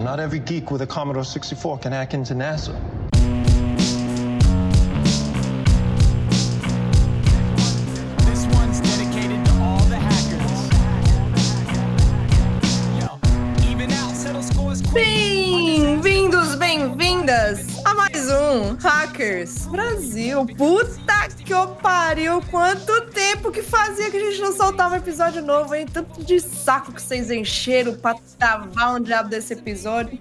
Not every geek with a Commodore 64 can hack into NASA. Bem-vindos, bem-vindas a mais um Hackers Brasil. Puta que eu pariu, quanto tempo que fazia que a gente não soltava um episódio novo, hein? Tanto de saco que vocês encheram pra travar um diabo desse episódio.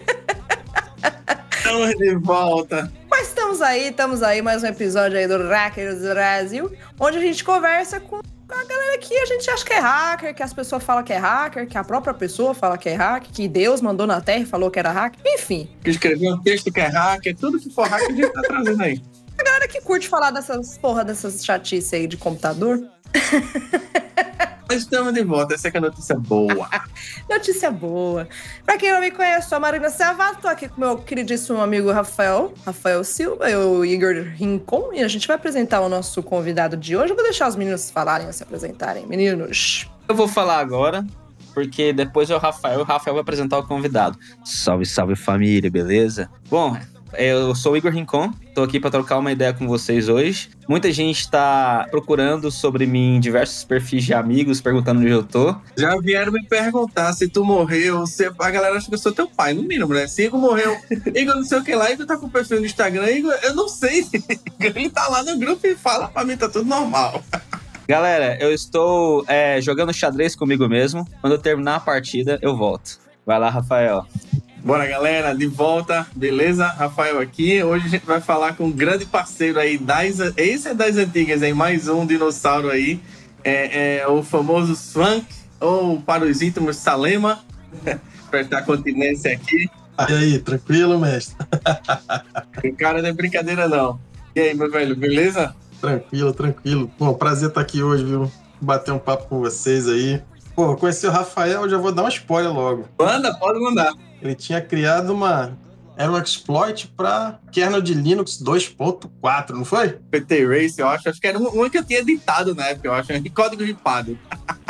Estamos de volta. Mas estamos aí, mais um episódio aí do Hackers Brasil, onde a gente conversa com a galera que a gente acha que é hacker, que as pessoas falam que é hacker, que a própria pessoa fala que é hacker, que Deus mandou na Terra e falou que era hacker, enfim. Que escreveu um texto que é hacker, tudo que for hacker a gente tá trazendo aí. A galera que curte falar dessas chatices aí de computador. Nós estamos de volta, essa é a notícia boa. Notícia boa. Pra quem não me conhece, eu sou a Marina Servato, tô aqui com o meu queridíssimo amigo Rafael Silva, eu, Igor Rincon, e a gente vai apresentar o nosso convidado de hoje. Eu vou deixar os meninos falarem, se apresentarem. Meninos. Eu vou falar agora, porque depois é o Rafael vai apresentar o convidado. Salve, salve família, beleza? Bom, eu sou o Igor Rincon, tô aqui pra trocar uma ideia com vocês hoje. Muita gente tá procurando sobre mim em diversos perfis de amigos, perguntando onde eu tô. Já vieram me perguntar se tu morreu, a galera acha que eu sou teu pai, no mínimo, né? Se Igor morreu, Igor não sei o que lá, Igor tá com o perfil no Instagram, Igor, eu não sei. Ele tá lá no grupo e fala pra mim, tá tudo normal. Galera, eu estou jogando xadrez comigo mesmo. Quando eu terminar a partida, eu volto. Vai lá, Rafael. Bora, galera, de volta, beleza? Rafael aqui. Hoje a gente vai falar com um grande parceiro aí, esse é das antigas, hein? Mais um dinossauro aí, o famoso Swank, ou para os íntimos, Salema. Prestar continência aqui. E aí, tranquilo, mestre? O cara não é brincadeira, não. E aí, meu velho, beleza? Tranquilo. Bom, prazer estar aqui hoje, viu? Bater um papo com vocês aí. Pô, conheci o Rafael, já vou dar um spoiler logo. Manda, pode mandar. Ele tinha criado era um exploit para kernel de Linux 2.4, não foi? PT Race, eu acho que era uma que eu tinha editado na época, eu acho, de código ripado.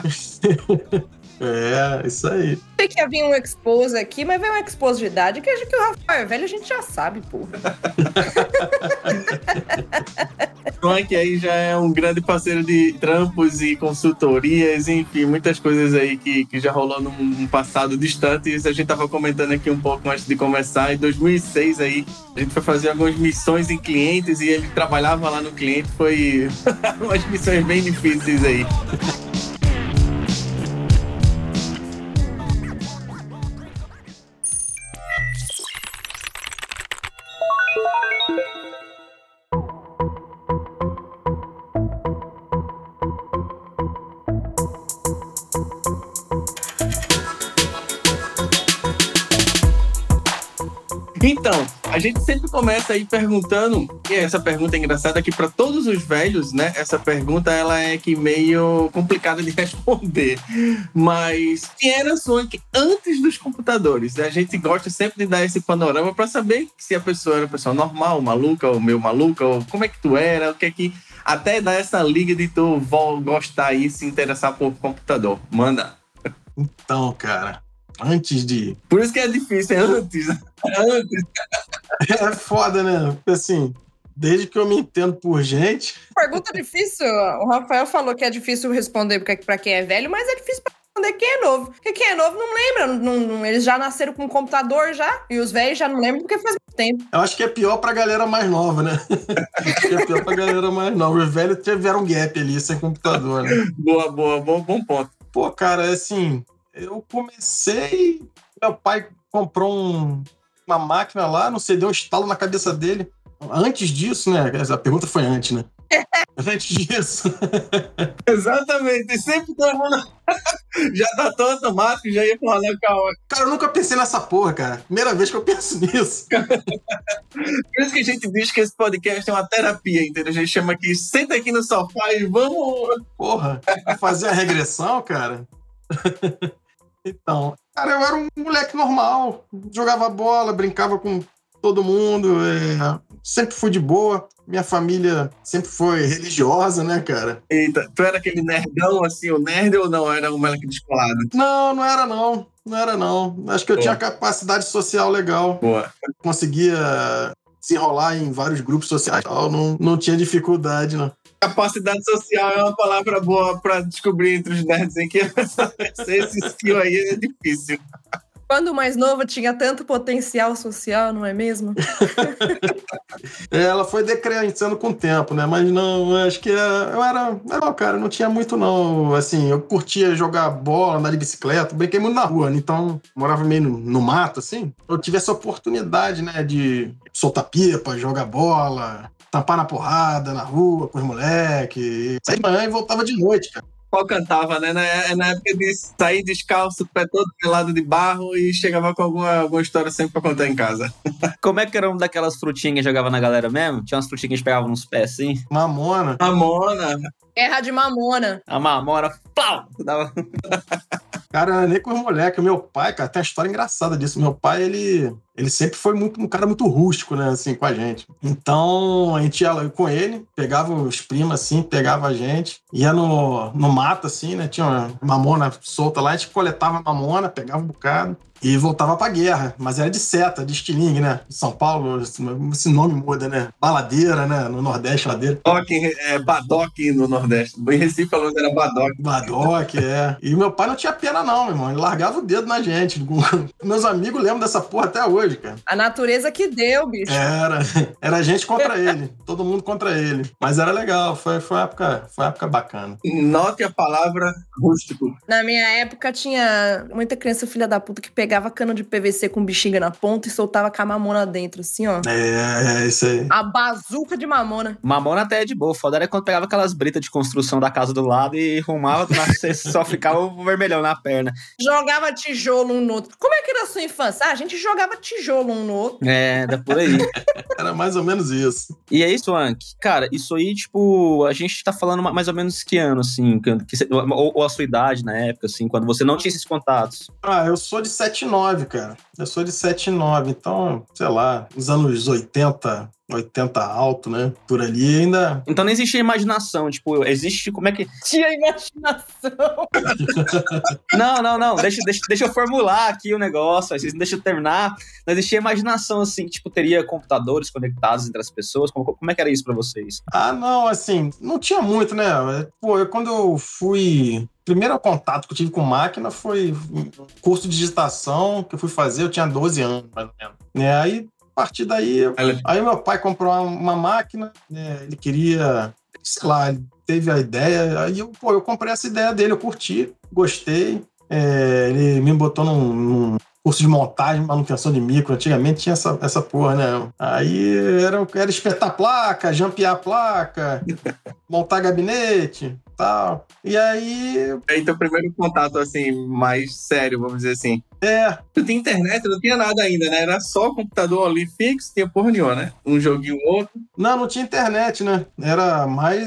Isso aí. Tem que vir um expose aqui, mas vem um expose de idade, que o Rafael é velho, a gente já sabe, pô. O Swank aí já é um grande parceiro de trampos e consultorias, enfim, muitas coisas aí que já rolou num passado distante. Isso a gente tava comentando aqui um pouco antes de começar. Em 2006 aí, a gente foi fazer algumas missões em clientes e ele trabalhava lá no cliente. Foi umas missões bem difíceis aí. Então, a gente sempre começa aí perguntando, e essa pergunta é engraçada que para todos os velhos, né, essa pergunta ela é que meio complicada de responder, mas quem era Swank antes dos computadores? A gente gosta sempre de dar esse panorama para saber se a pessoa era uma pessoa normal, maluca, ou meio maluca, ou como é que tu era, o que é que... Até dar essa liga de tu gostar e se interessar por computador. Manda. Então, cara... Antes de... Por isso que é difícil, é antes. Antes. É foda, né? Porque assim, desde que eu me entendo por gente... Pergunta difícil. O Rafael falou que é difícil responder pra quem é velho, mas é difícil pra responder quem é novo. Porque quem é novo não lembra. Eles já nasceram com computador já, e os velhos já não lembram porque faz muito tempo. Eu acho que é pior pra galera mais nova, né? Acho que é pior pra galera mais nova. Os velhos tiveram um gap ali, sem computador, né? Boa, bom ponto. Pô, cara, assim... Eu comecei... Meu pai comprou uma máquina lá, não sei, deu um estalo na cabeça dele. Antes disso, né? A pergunta foi antes, né? Antes disso. Exatamente. Sempre todo mundo já tá tão automático, já ia falar, calma. Cara, eu nunca pensei nessa porra, cara. Primeira vez que eu penso nisso. Por isso que a gente diz que esse podcast é uma terapia, entendeu? A gente chama aqui, senta aqui no sofá e vamos... Porra, fazer a regressão, cara. Então, cara, eu era um moleque normal, jogava bola, brincava com todo mundo, sempre fui de boa. Minha família sempre foi religiosa, né, cara? Eita, tu era aquele nerdão, assim, o nerd ou não? Era um moleque descolado? Não era não. Não era, não. Acho que eu tinha capacidade social legal. Boa. Conseguia se enrolar em vários grupos sociais. Não tinha dificuldade, não. Capacidade social é uma palavra boa pra descobrir entre os nerds em que esse skill aí é difícil. Quando mais novo tinha tanto potencial social, não é mesmo? Ela foi decrescendo com o tempo, né? Mas não, acho que eu era... Não, cara, não tinha muito, não. Assim, eu curtia jogar bola, andar de bicicleta, brinquei muito na rua, né? Então morava meio no mato, assim. Eu tive essa oportunidade, né, de soltar pipa, jogar bola, tampar na porrada, na rua, com os moleques. Saía de manhã e voltava de noite, cara. Qual cantava, né? Na época de sair descalço, pé todo pelado de barro e chegava com alguma história sempre pra contar em casa. Como é que era uma daquelas frutinhas que jogava na galera mesmo? Tinha umas frutinhas que a gente pegava nos pés assim. Mamona. Mamona. Guerra de mamona. A mamona, plau! Dava... Cara, nem com os moleques. Meu pai, cara, tem uma história engraçada disso. Meu pai, ele sempre foi um cara muito rústico, né, assim, com a gente. Então, a gente ia com ele, pegava os primos, assim, pegava a gente, ia no mato, assim, né, tinha uma mamona solta lá, a gente coletava a mamona, pegava um bocado e voltava pra guerra. Mas era de seta, de estilingue, né? Em São Paulo, esse nome muda, né? Baladeira, né? No Nordeste, ladeira. Badoque no Nordeste. Em Recife, pelo menos, era badoque. Badoque, é. E meu pai não tinha pena, não, meu irmão. Ele largava o dedo na gente. Meus amigos lembram dessa porra até hoje, cara. A natureza que deu, bicho. Era gente contra ele. Todo mundo contra ele. Mas era legal. Foi uma época bacana. Note a palavra rústico. Na minha época, tinha muita criança filha da puta que pegava cano de PVC com bexiga na ponta e soltava com a mamona dentro, assim, ó. Isso aí. A bazuca de mamona. Mamona até é de boa. Foda era quando pegava aquelas britas de construção da casa do lado e arrumava, você só ficava o vermelhão na perna. Jogava tijolo um no outro. Como é que era a sua infância? A gente jogava tijolo um no outro. Era por aí. Era mais ou menos isso. E é isso, Anki. Cara, isso aí, tipo, a gente tá falando mais ou menos que ano, assim, ou a sua idade na época, assim, quando você não tinha esses contatos. Eu sou de 79, cara. Eu sou de 79, então, sei lá, nos anos 80 alto, né? Por ali ainda... Então não existia imaginação, tipo, existe, como é que... Tinha imaginação. Não, deixa eu formular aqui o negócio, vocês não deixam eu terminar. Não existia imaginação, assim, tipo, teria computadores conectados entre as pessoas, como é que era isso pra vocês? Não, assim, não tinha muito, né? Quando eu fui... Primeiro contato que eu tive com máquina foi um curso de digitação que eu fui fazer, eu tinha 12 anos, mais ou menos. Aí, a partir daí, aí meu pai comprou uma máquina, né? Ele queria, sei lá, ele teve a ideia, aí eu comprei essa ideia dele, eu curti, gostei. Ele me botou num curso de montagem, manutenção de micro. Antigamente tinha essa porra, né? Aí era espetar placa, jampear placa, montar gabinete, tal. E aí... Aí teu primeiro contato, assim, mais sério, vamos dizer assim. Tu tinha internet, não tinha nada ainda, né? Era só o computador ali fixo, tinha porra nenhuma, né? Um joguinho outro. Não tinha internet, né? Era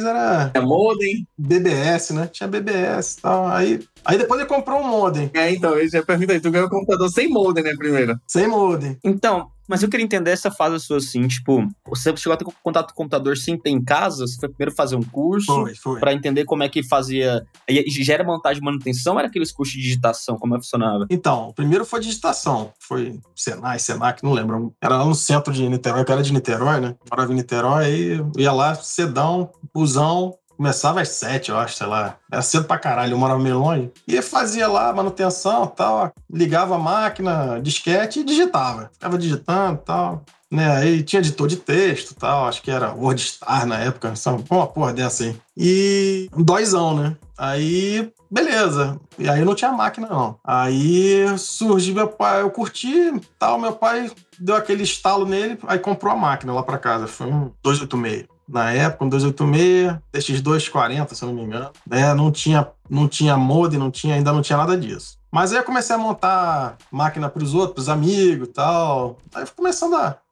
modem. BBS, né? Tinha BBS e tal. Aí depois ele comprou um modem. Então, eu já perguntei, tu ganhou o computador sem modem, né, primeiro? Sem modem. Então, mas eu queria entender essa fase sua, assim, tipo, você chegou a ter contato com o computador sem ter em casa? Você foi primeiro fazer um curso Foi. Pra entender como é que fazia... E já era montagem e manutenção ou era aqueles cursos de digitação? Como é que funcionava? Então, o primeiro foi digitação. Foi Senai, Senac, não lembro. Era lá no centro de Niterói, que era de Niterói, né? Morava em Niterói, aí eu ia lá, cedão, busão. Começava às 7, eu acho, sei lá. Era cedo pra caralho, eu morava meio longe. E fazia lá manutenção e tal. Ligava a máquina, disquete e digitava. Ficava digitando e tal. Né? Aí tinha editor de texto e tal. Acho que era WordStar na época. Uma porra dessa aí. E um dóizão, né? Aí, beleza. E aí não tinha máquina, não. Aí surgiu meu pai, eu curti tal. Meu pai deu aquele estalo nele, aí comprou a máquina lá pra casa. Foi um 286. Na época, um 286, TX240, se eu não me engano. Não tinha modem, ainda não tinha nada disso. Mas aí eu comecei a montar máquina pros outros, pros amigos e tal. Aí fui começando a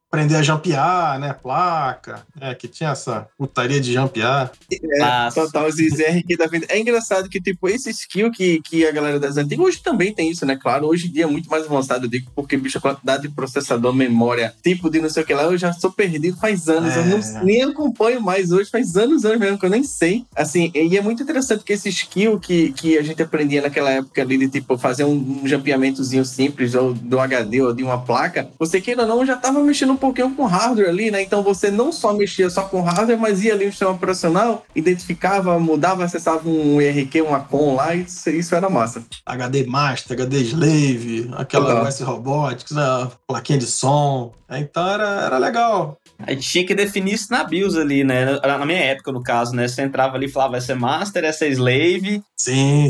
aprender a jampear, né? Placa, né? Que tinha essa putaria de jampear. Total, os ZR da vida. É engraçado que, tipo, esse skill que a galera das antigas hoje também tem isso, né? Claro, hoje em dia é muito mais avançado, eu digo, porque, bicho, a quantidade de processador, memória, tipo de não sei o que lá, eu já sou perdido faz anos. Eu nem acompanho mais hoje, faz anos mesmo que eu nem sei. Assim, e é muito interessante que esse skill que a gente aprendia naquela época ali, de, tipo, fazer um jampeamentozinho simples, ou do HD, ou de uma placa, você queira ou não, já tava mexendo um pouquinho com hardware ali, né? Então você não só mexia só com hardware, mas ia ali no sistema operacional, identificava, mudava, acessava um IRQ, uma COM lá, e isso era massa. HD Master, HD Slave, aquela OS Robotics, a plaquinha de som. Então era legal. Aí tinha que definir isso na BIOS ali, né? Na minha época, no caso, né? Você entrava ali e falava, essa é Master, essa é Slave. Sim.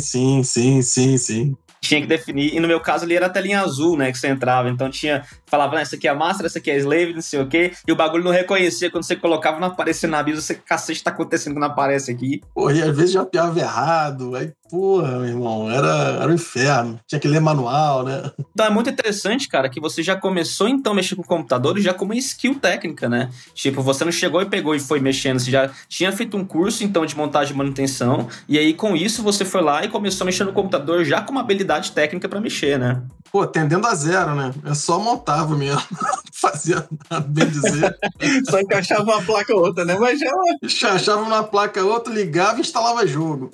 Tinha que definir, e no meu caso ali era a telinha azul, né, que você entrava, então falava, essa aqui é a Master, essa aqui é a Slave, não sei o quê, e o bagulho não reconhecia, quando você colocava, não aparecia na BIOS, você, cacete, tá acontecendo que não aparece aqui. Porra, e às vezes já piava errado, aí, porra, meu irmão, era um inferno, tinha que ler manual, né? Então é muito interessante, cara, que você já começou, então, a mexer com computadores já como uma skill técnica, né, tipo, você não chegou e pegou e foi mexendo, você já tinha feito um curso, então, de montagem e manutenção, e aí, com isso, você foi lá e começou a mexer no computador já com uma habilidade técnica pra mexer, né? Pô, tendendo a zero, né? Eu só montava mesmo. Fazia, bem dizer. Só encaixava uma placa ou outra, né? Mas já... Encaixava uma placa ou outra, ligava e instalava jogo.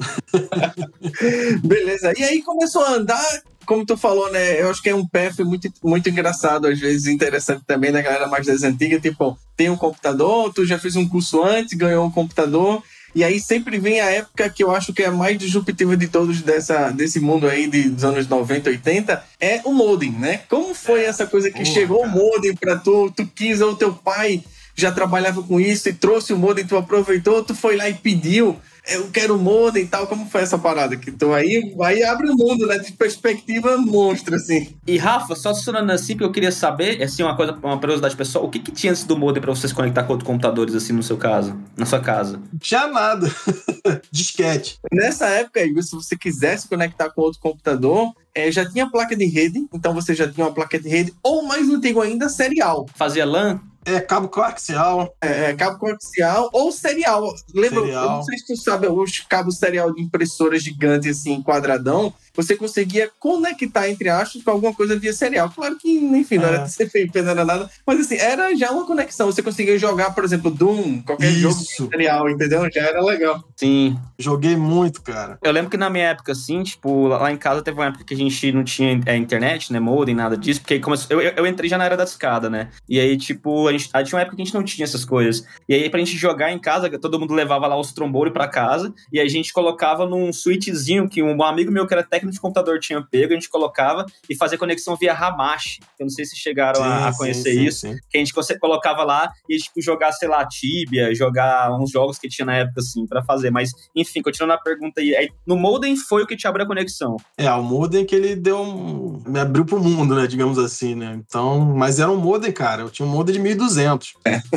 Beleza. E aí começou a andar... Como tu falou, né? Eu acho que é um path muito, muito engraçado, às vezes interessante também da galera mais das antigas. Tipo, tem um computador, tu já fez um curso antes, ganhou um computador... E aí sempre vem a época que eu acho que é a mais disruptiva de todos desse mundo aí dos anos 90, 80, é o modem, né? Como foi essa coisa que chegou o modem pra tu quis, ou teu pai já trabalhava com isso e trouxe o modem, tu aproveitou, tu foi lá e pediu, eu quero modem e tal, como foi essa parada? Que tu aí abre o mundo, né? De perspectiva monstro, assim. E Rafa, só adicionando assim, porque eu queria saber, assim, uma curiosidade pessoal, o que tinha antes do modem pra você se conectar com outros computadores, assim, no seu caso, na sua casa? Não tinha nada. Disquete. Nessa época, se você quisesse conectar com outro computador, já tinha placa de rede, então você já tinha uma placa de rede, ou mais antigo ainda, serial. Fazia LAN? Cabo coaxial. Cabo coaxial ou serial. Lembra? Serial. Eu não sei se tu sabe, os cabos serial de impressora gigante, assim, quadradão, você conseguia conectar, entre aspas, com alguma coisa via serial. Claro que, enfim, não era TCP/IP, não era nada, mas assim, era já uma conexão. Você conseguia jogar, por exemplo, Doom, qualquer jogo serial, entendeu? Já era legal. Sim. Joguei muito, cara. Eu lembro que na minha época, assim, tipo, lá em casa teve uma época que a gente não tinha internet, né, modem, nada disso, porque aí começou, eu entrei já na era da discada, né, e aí, tipo, tinha uma época que a gente não tinha essas coisas, e aí pra gente jogar em casa, todo mundo levava lá os trombones pra casa, e aí a gente colocava num switchzinho que um amigo meu que era técnico de computador tinha pego, a gente colocava e fazia conexão via Hamachi. Eu não sei se chegaram a conhecer isso. Sim. Que a gente colocava lá e, tipo, jogar, sei lá, Tibia, jogar uns jogos que tinha na época, assim, pra fazer. Mas, enfim, continuando a pergunta aí, no modem foi o que te abriu a conexão? O modem que ele me abriu pro mundo, né, digamos assim, né. Então, mas era um modem, cara. Eu tinha um modem de 1200.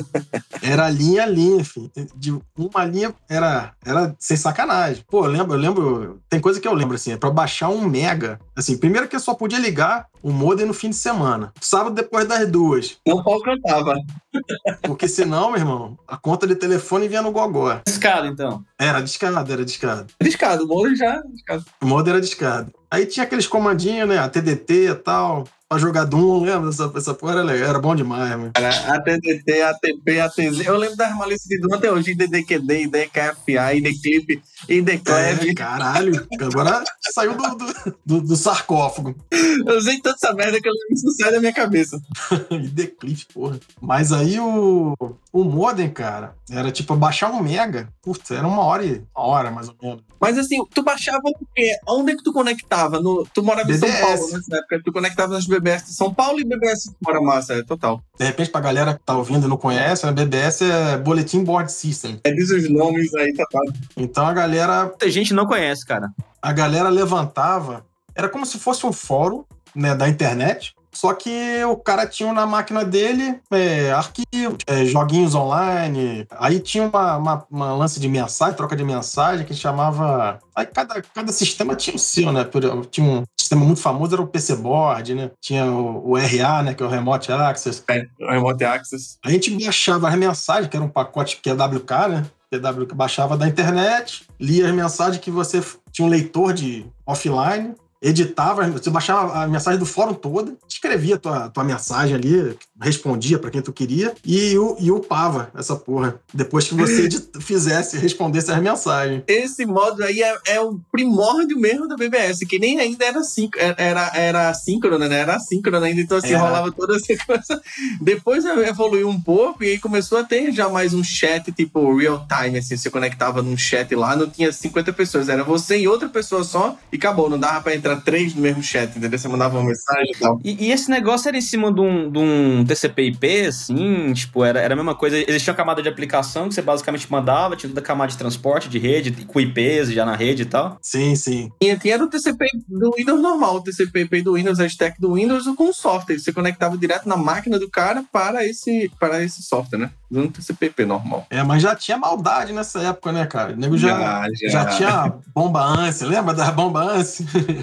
Era linha, filho. De uma linha era sem sacanagem. Pô, eu lembro, tem coisa que eu lembro, assim, pra baixar 1 mega, assim, primeiro que eu só podia ligar o modem no fim de semana. Sábado depois das 2. Não pau cantava. Porque senão, meu irmão, a conta de telefone vinha no gogó. Discado, então? Era discado. Discado, o modem já discado. O modem era discado. Aí tinha aqueles comandinhos, né, a TDT e tal, pra jogar Doom, lembra? Essa porra era bom demais, mano. A TDT, ATP, ATZ. Eu lembro das malícias de Doom até hoje, IDDQD, IDKFA, IDClip, IDClev. Caralho, agora saiu do sarcófago. Eu usei tanta essa merda que isso não sai da minha cabeça. IDClip, porra. Mas aí o modem, cara, era tipo baixar 1 mega. Putz, era uma hora mais ou menos. Mas assim, tu baixava o quê? Onde é que tu conectava? Tu morava em São Paulo nessa época, tu conectava nas BBS de São Paulo e BBS de Fora Massa, total. De repente, pra galera que tá ouvindo e não conhece, a BBS é Bulletin Board System. Diz os nomes aí, tá. Então a galera... Muita gente não conhece, cara. A galera levantava, era como se fosse um fórum, né, da internet, Só que o cara tinha na máquina dele arquivos, joguinhos online. Aí tinha uma lance de mensagem, troca de mensagem, que chamava... Aí cada sistema tinha o seu, né? Tinha um sistema muito famoso, era o PC Board, né? Tinha o RA, né? Que é o Remote Access. O Remote Access. A gente baixava as mensagens, que era um pacote QWK, né? QWK baixava da internet, lia as mensagens que você tinha um leitor de offline, editava, você baixava a mensagem do fórum toda, escrevia a tua mensagem ali, respondia para quem tu queria e upava essa porra. Depois que você respondesse as mensagens. Esse modo aí é o primórdio mesmo da BBS, que nem ainda era síncrona, né? Era assíncrona ainda, então assim, rolava toda essa coisa. Depois evoluiu um pouco e aí começou a ter já mais um chat, tipo, real time, assim, você conectava num chat lá, não tinha 50 pessoas, era você e outra pessoa só e acabou, não dava pra entrar 3 no mesmo chat, entendeu? Você mandava uma mensagem e tal. E esse negócio era em cima de um TCP/IP, assim, tipo, era a mesma coisa. Existia uma camada de aplicação que você basicamente mandava, tinha toda a camada de transporte de rede, com IPs já na rede e tal. Sim, sim. Tinha o TCP do Windows normal, o TCP/IP do Windows, a stack do Windows com o software. Você conectava direto na máquina do cara para esse software, né? Usando TCP/IP normal. Mas já tinha maldade nessa época, né, cara? O nego já tinha bomba ANSI, lembra da bomba ANSI?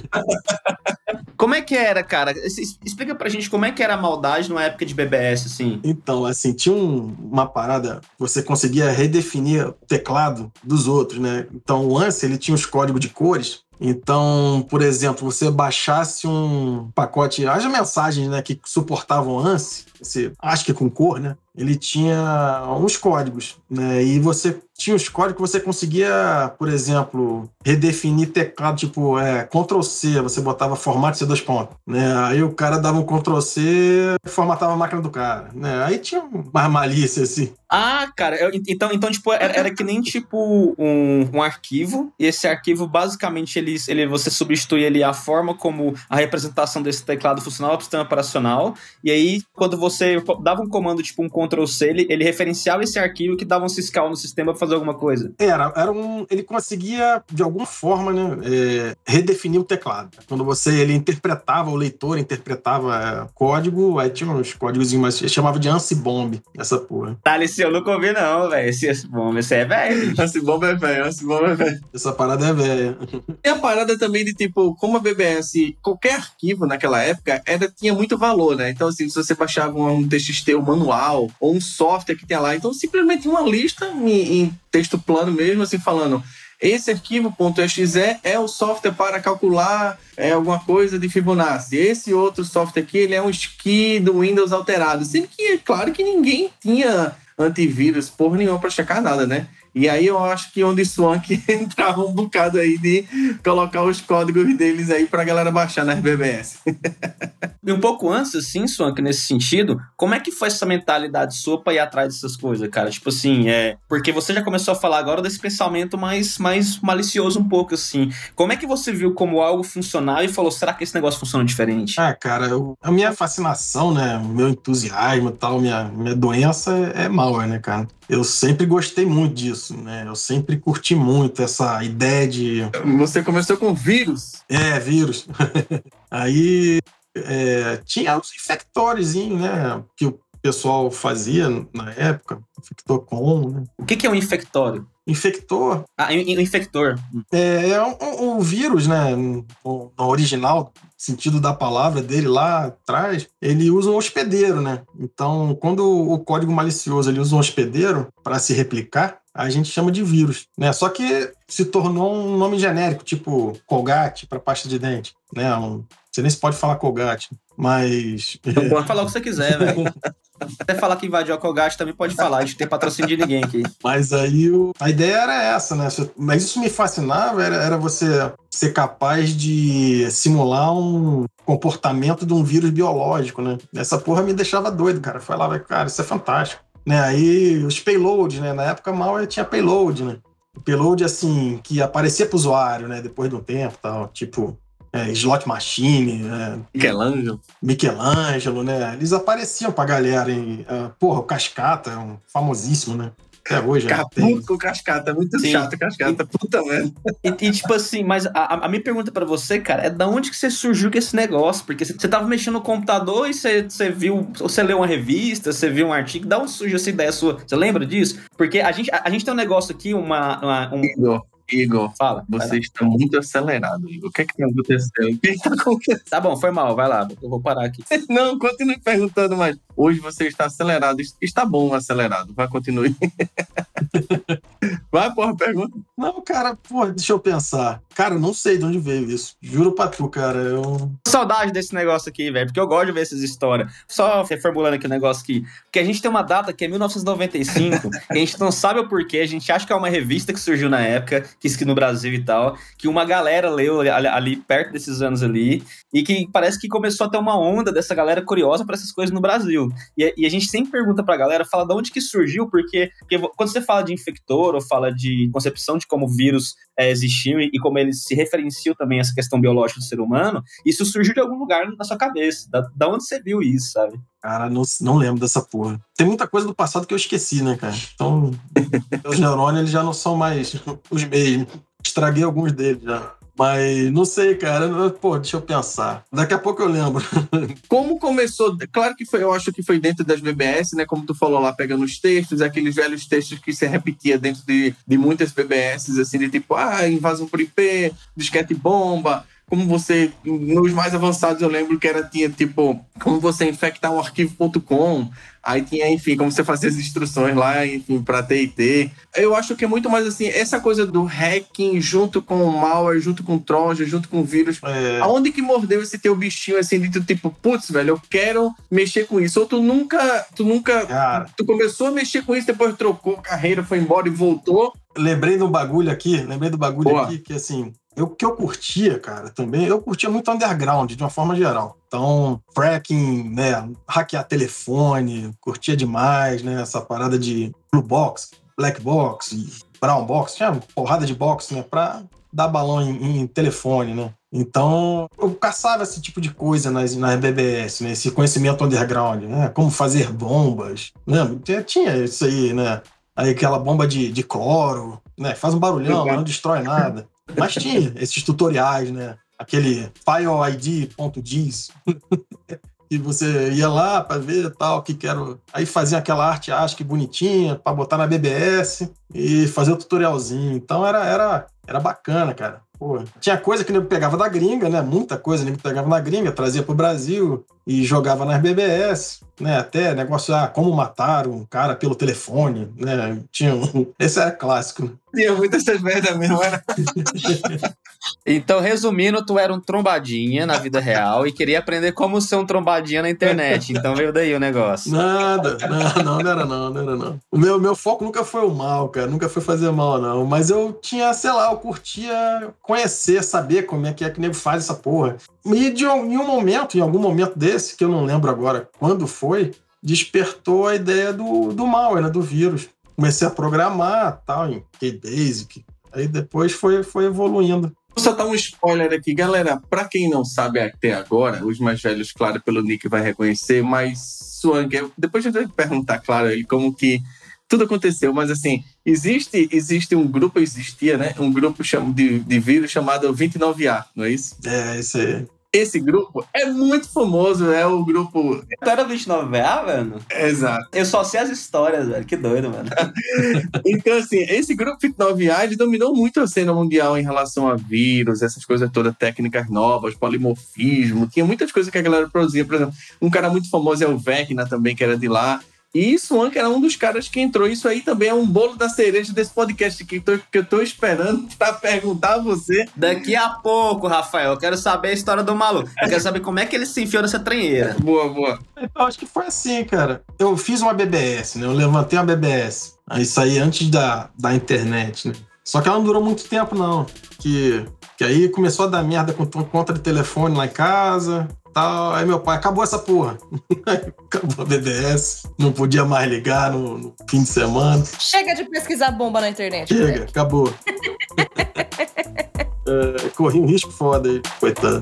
Como é que era, cara? Explica pra gente como é que era a maldade numa época de BBS, assim. Então, assim, tinha uma parada, você conseguia redefinir o teclado dos outros, né? Então, o ANSI, ele tinha os códigos de cores. Então, por exemplo, você baixasse um pacote, as mensagens, né, que suportavam ANSI, acho que com cor, né? Ele tinha uns códigos, né? E você tinha os códigos que você conseguia, por exemplo, redefinir teclado, tipo, Ctrl+C, você botava formato C2 pontos, né? Aí o cara dava um Ctrl+C e formatava a máquina do cara, né? Aí tinha mais malícia, assim. Ah, cara, então tipo, era que nem, tipo, um arquivo, e esse arquivo, basicamente, você substituía ali a forma como a representação desse teclado funcionava pro sistema operacional, e aí, quando você dava um comando, tipo, um Ctrl+C, ele referenciava esse arquivo que dava um syscall no sistema pra fazer alguma coisa. Ele conseguia, de alguma forma, né, redefinir o teclado. Quando ele interpretava, o leitor interpretava código, aí tinha uns códigos, mas chamava de ANSI-BOMB, essa porra. Eu nunca ouvi, não, velho. Esse é velho. ANSI-BOMB é velho. Essa parada é velha. E a parada também de, tipo, como a BBS, qualquer arquivo naquela época tinha muito valor, né? Então, assim, se você baixava um TXT, um manual, ou um software que tinha lá, então simplesmente uma lista em texto plano mesmo, assim, falando... Esse arquivo .exe é o software para calcular alguma coisa de Fibonacci. Esse outro software aqui, ele é um SCI do Windows alterado. Sendo que é claro que ninguém tinha antivírus, porra nenhuma, para checar nada, né? E aí eu acho que onde Swank entrava um bocado aí de colocar os códigos deles aí pra galera baixar nas BBS. E um pouco antes, assim, Swank, nesse sentido, como é que foi essa mentalidade sua pra ir atrás dessas coisas, cara? Tipo assim, porque você já começou a falar agora desse pensamento mais malicioso um pouco, assim. Como é que você viu como algo funcionava e falou, será que esse negócio funciona diferente? Cara, a minha fascinação, né, o meu entusiasmo e tal, minha doença é malware, né, cara? Eu sempre gostei muito disso, né? Eu sempre curti muito essa ideia de... Você começou com vírus? Vírus. Aí tinha os infectórios, né? Que o pessoal fazia na época. Infector.com, né? O que é um infectório? Infector? Infector. É um vírus, né? No original sentido da palavra dele lá atrás, ele usa um hospedeiro, né? Então, quando o código malicioso ele usa um hospedeiro para se replicar, a gente chama de vírus, né? Só que se tornou um nome genérico, tipo Colgate para pasta de dente, né? Você nem se pode falar Colgate, mas... Então pode falar o que você quiser, velho. Até falar que invadiu a Colgate também pode falar, a gente não tem patrocínio de ninguém aqui. Mas aí a ideia era essa, né? Mas isso me fascinava, era você ser capaz de simular um comportamento de um vírus biológico, né? Essa porra me deixava doido, cara. Eu falava, cara, isso é fantástico. Né? Aí os payloads, né? Na época malware tinha payload, né? O payload, assim, que aparecia pro usuário, né? Depois de um tempo e tal, tipo... Slot Machine, Michelangelo, né? Eles apareciam pra galera. Porra, o Cascata é um famosíssimo, né? Até hoje, Ficar puto com o Cascata, muito Sim. chato, Cascata, puta merda. E tipo assim, mas a minha pergunta pra você, cara, é da onde que você surgiu com esse negócio? Porque você tava mexendo no computador e você viu, você leu uma revista, você viu um artigo, da onde surgiu essa ideia sua? Você lembra disso? Porque a gente tem um negócio aqui, Igor, Fala. você está muito acelerado, Igor. O que é que tá acontecendo? O que é que tá acontecendo? Tá bom, foi mal, vai lá, eu vou parar aqui. Não, continue perguntando, mas hoje você está acelerado. Está bom acelerado, vai, continue. Vai, porra, pergunta. Não, cara, pô, deixa eu pensar. Cara, eu não sei de onde veio isso. Juro pra tu, cara. Saudade desse negócio aqui, velho, porque eu gosto de ver essas histórias. Só reformulando aqui o negócio aqui. Porque a gente tem uma data que é 1995, que a gente não sabe o porquê, a gente acha que é uma revista que surgiu na época, que no Brasil e tal, que uma galera leu ali perto desses anos ali, e que parece que começou a ter uma onda dessa galera curiosa pra essas coisas no Brasil. E a gente sempre pergunta pra galera, fala de onde que surgiu, porque quando você fala de infector, ou fala de concepção de como o vírus existiu e como ele se referenciou também a essa questão biológica do ser humano, isso surgiu de algum lugar na sua cabeça. Da onde você viu isso, sabe? Cara, não lembro dessa porra. Tem muita coisa do passado que eu esqueci, né, cara? Então, os neurônios eles já não são mais os mesmos. Estraguei alguns deles já. Mas não sei, cara. Pô, deixa eu pensar. Daqui a pouco eu lembro. Como começou? Claro que foi, eu acho que foi dentro das BBS, né? Como tu falou lá, pegando os textos, aqueles velhos textos que se repetia dentro de muitas BBS, assim, de tipo, invasão por IP, disquete bomba. Como você, nos mais avançados eu lembro que tinha tipo, como você infectar um arquivo.com, aí tinha, enfim, como você fazer as instruções lá, enfim, pra TIT. Eu acho que é muito mais assim, essa coisa do hacking junto com o malware, junto com o Trojan, junto com o vírus. Aonde que mordeu esse teu bichinho assim, de tipo, putz, velho, eu quero mexer com isso? Ou tu nunca, Cara, tu começou a mexer com isso, depois trocou carreira, foi embora e voltou? lembrei do bagulho aqui, que assim, que eu curtia, cara, também, eu curtia muito underground, de uma forma geral. Então, fracking, né, hackear telefone, curtia demais, né, essa parada de blue box, black box, brown box, tinha uma porrada de box, né, pra dar balão em telefone, né. Então, eu caçava esse tipo de coisa nas BBS, né, esse conhecimento underground, né, como fazer bombas, né, tinha isso aí, né. Aí aquela bomba de cloro, né? Faz um barulhão, mas não destrói nada. Mas tinha esses tutoriais, né? Aquele fileid.gis que você ia lá para ver tal, que quero. Aí fazia aquela arte ASCII bonitinha para botar na BBS e fazer o tutorialzinho. Então era bacana, cara. Pô, tinha coisa que o nego pegava da gringa, né? Muita coisa o nego pegava na gringa, trazia pro Brasil e jogava nas BBS, né? Até negócio, como matar um cara pelo telefone, né? Esse era clássico, né? Tinha muitas essas merdas mesmo, era. Então, resumindo, tu era um trombadinha na vida real e queria aprender como ser um trombadinha na internet. Então veio daí o negócio. Nada, não era não. O meu foco nunca foi o mal, cara. Nunca foi fazer mal, não. Mas eu tinha, sei lá, eu curtia conhecer, saber como é que o nego faz essa porra. E em algum momento desse, que eu não lembro agora quando foi, despertou a ideia do malware, né, do vírus. Comecei a programar, tal, em KBasic. Aí depois foi evoluindo. Vou soltar um spoiler aqui, galera. Pra quem não sabe até agora, os mais velhos, claro, pelo nick vai reconhecer, mas Swang, depois a gente vai perguntar, claro, ele como que tudo aconteceu, mas assim, existia, né? Um grupo de vírus chamado 29A, não é isso? É, isso aí. Esse grupo é muito famoso, é o grupo... Tu era 29A, velho? Exato. Eu só sei as histórias, velho. Que doido, mano. Então, assim, esse grupo 29A, ele dominou muito a cena mundial em relação a vírus, essas coisas todas, técnicas novas, polimorfismo, tinha muitas coisas que a galera produzia. Por exemplo, um cara muito famoso é o Vecna também, que era de lá. E Swank era um dos caras que entrou. Isso aí também é um bolo da cereja desse podcast que eu tô esperando pra perguntar a você. Daqui a pouco, Rafael, eu quero saber a história do maluco. Eu quero saber como é que ele se enfiou nessa tranheira. Boa. Então, acho que foi assim, cara. Eu fiz uma BBS, né? Eu levantei uma BBS. Aí saí antes da internet, né? Só que ela não durou muito tempo, não. Que aí começou a dar merda com conta de telefone lá em casa. Tal. Aí meu pai, acabou essa porra. Acabou a BBS, não podia mais ligar no fim de semana. Chega de pesquisar bomba na internet. Chega, moleque. acabou. Corri um risco foda aí, coitado.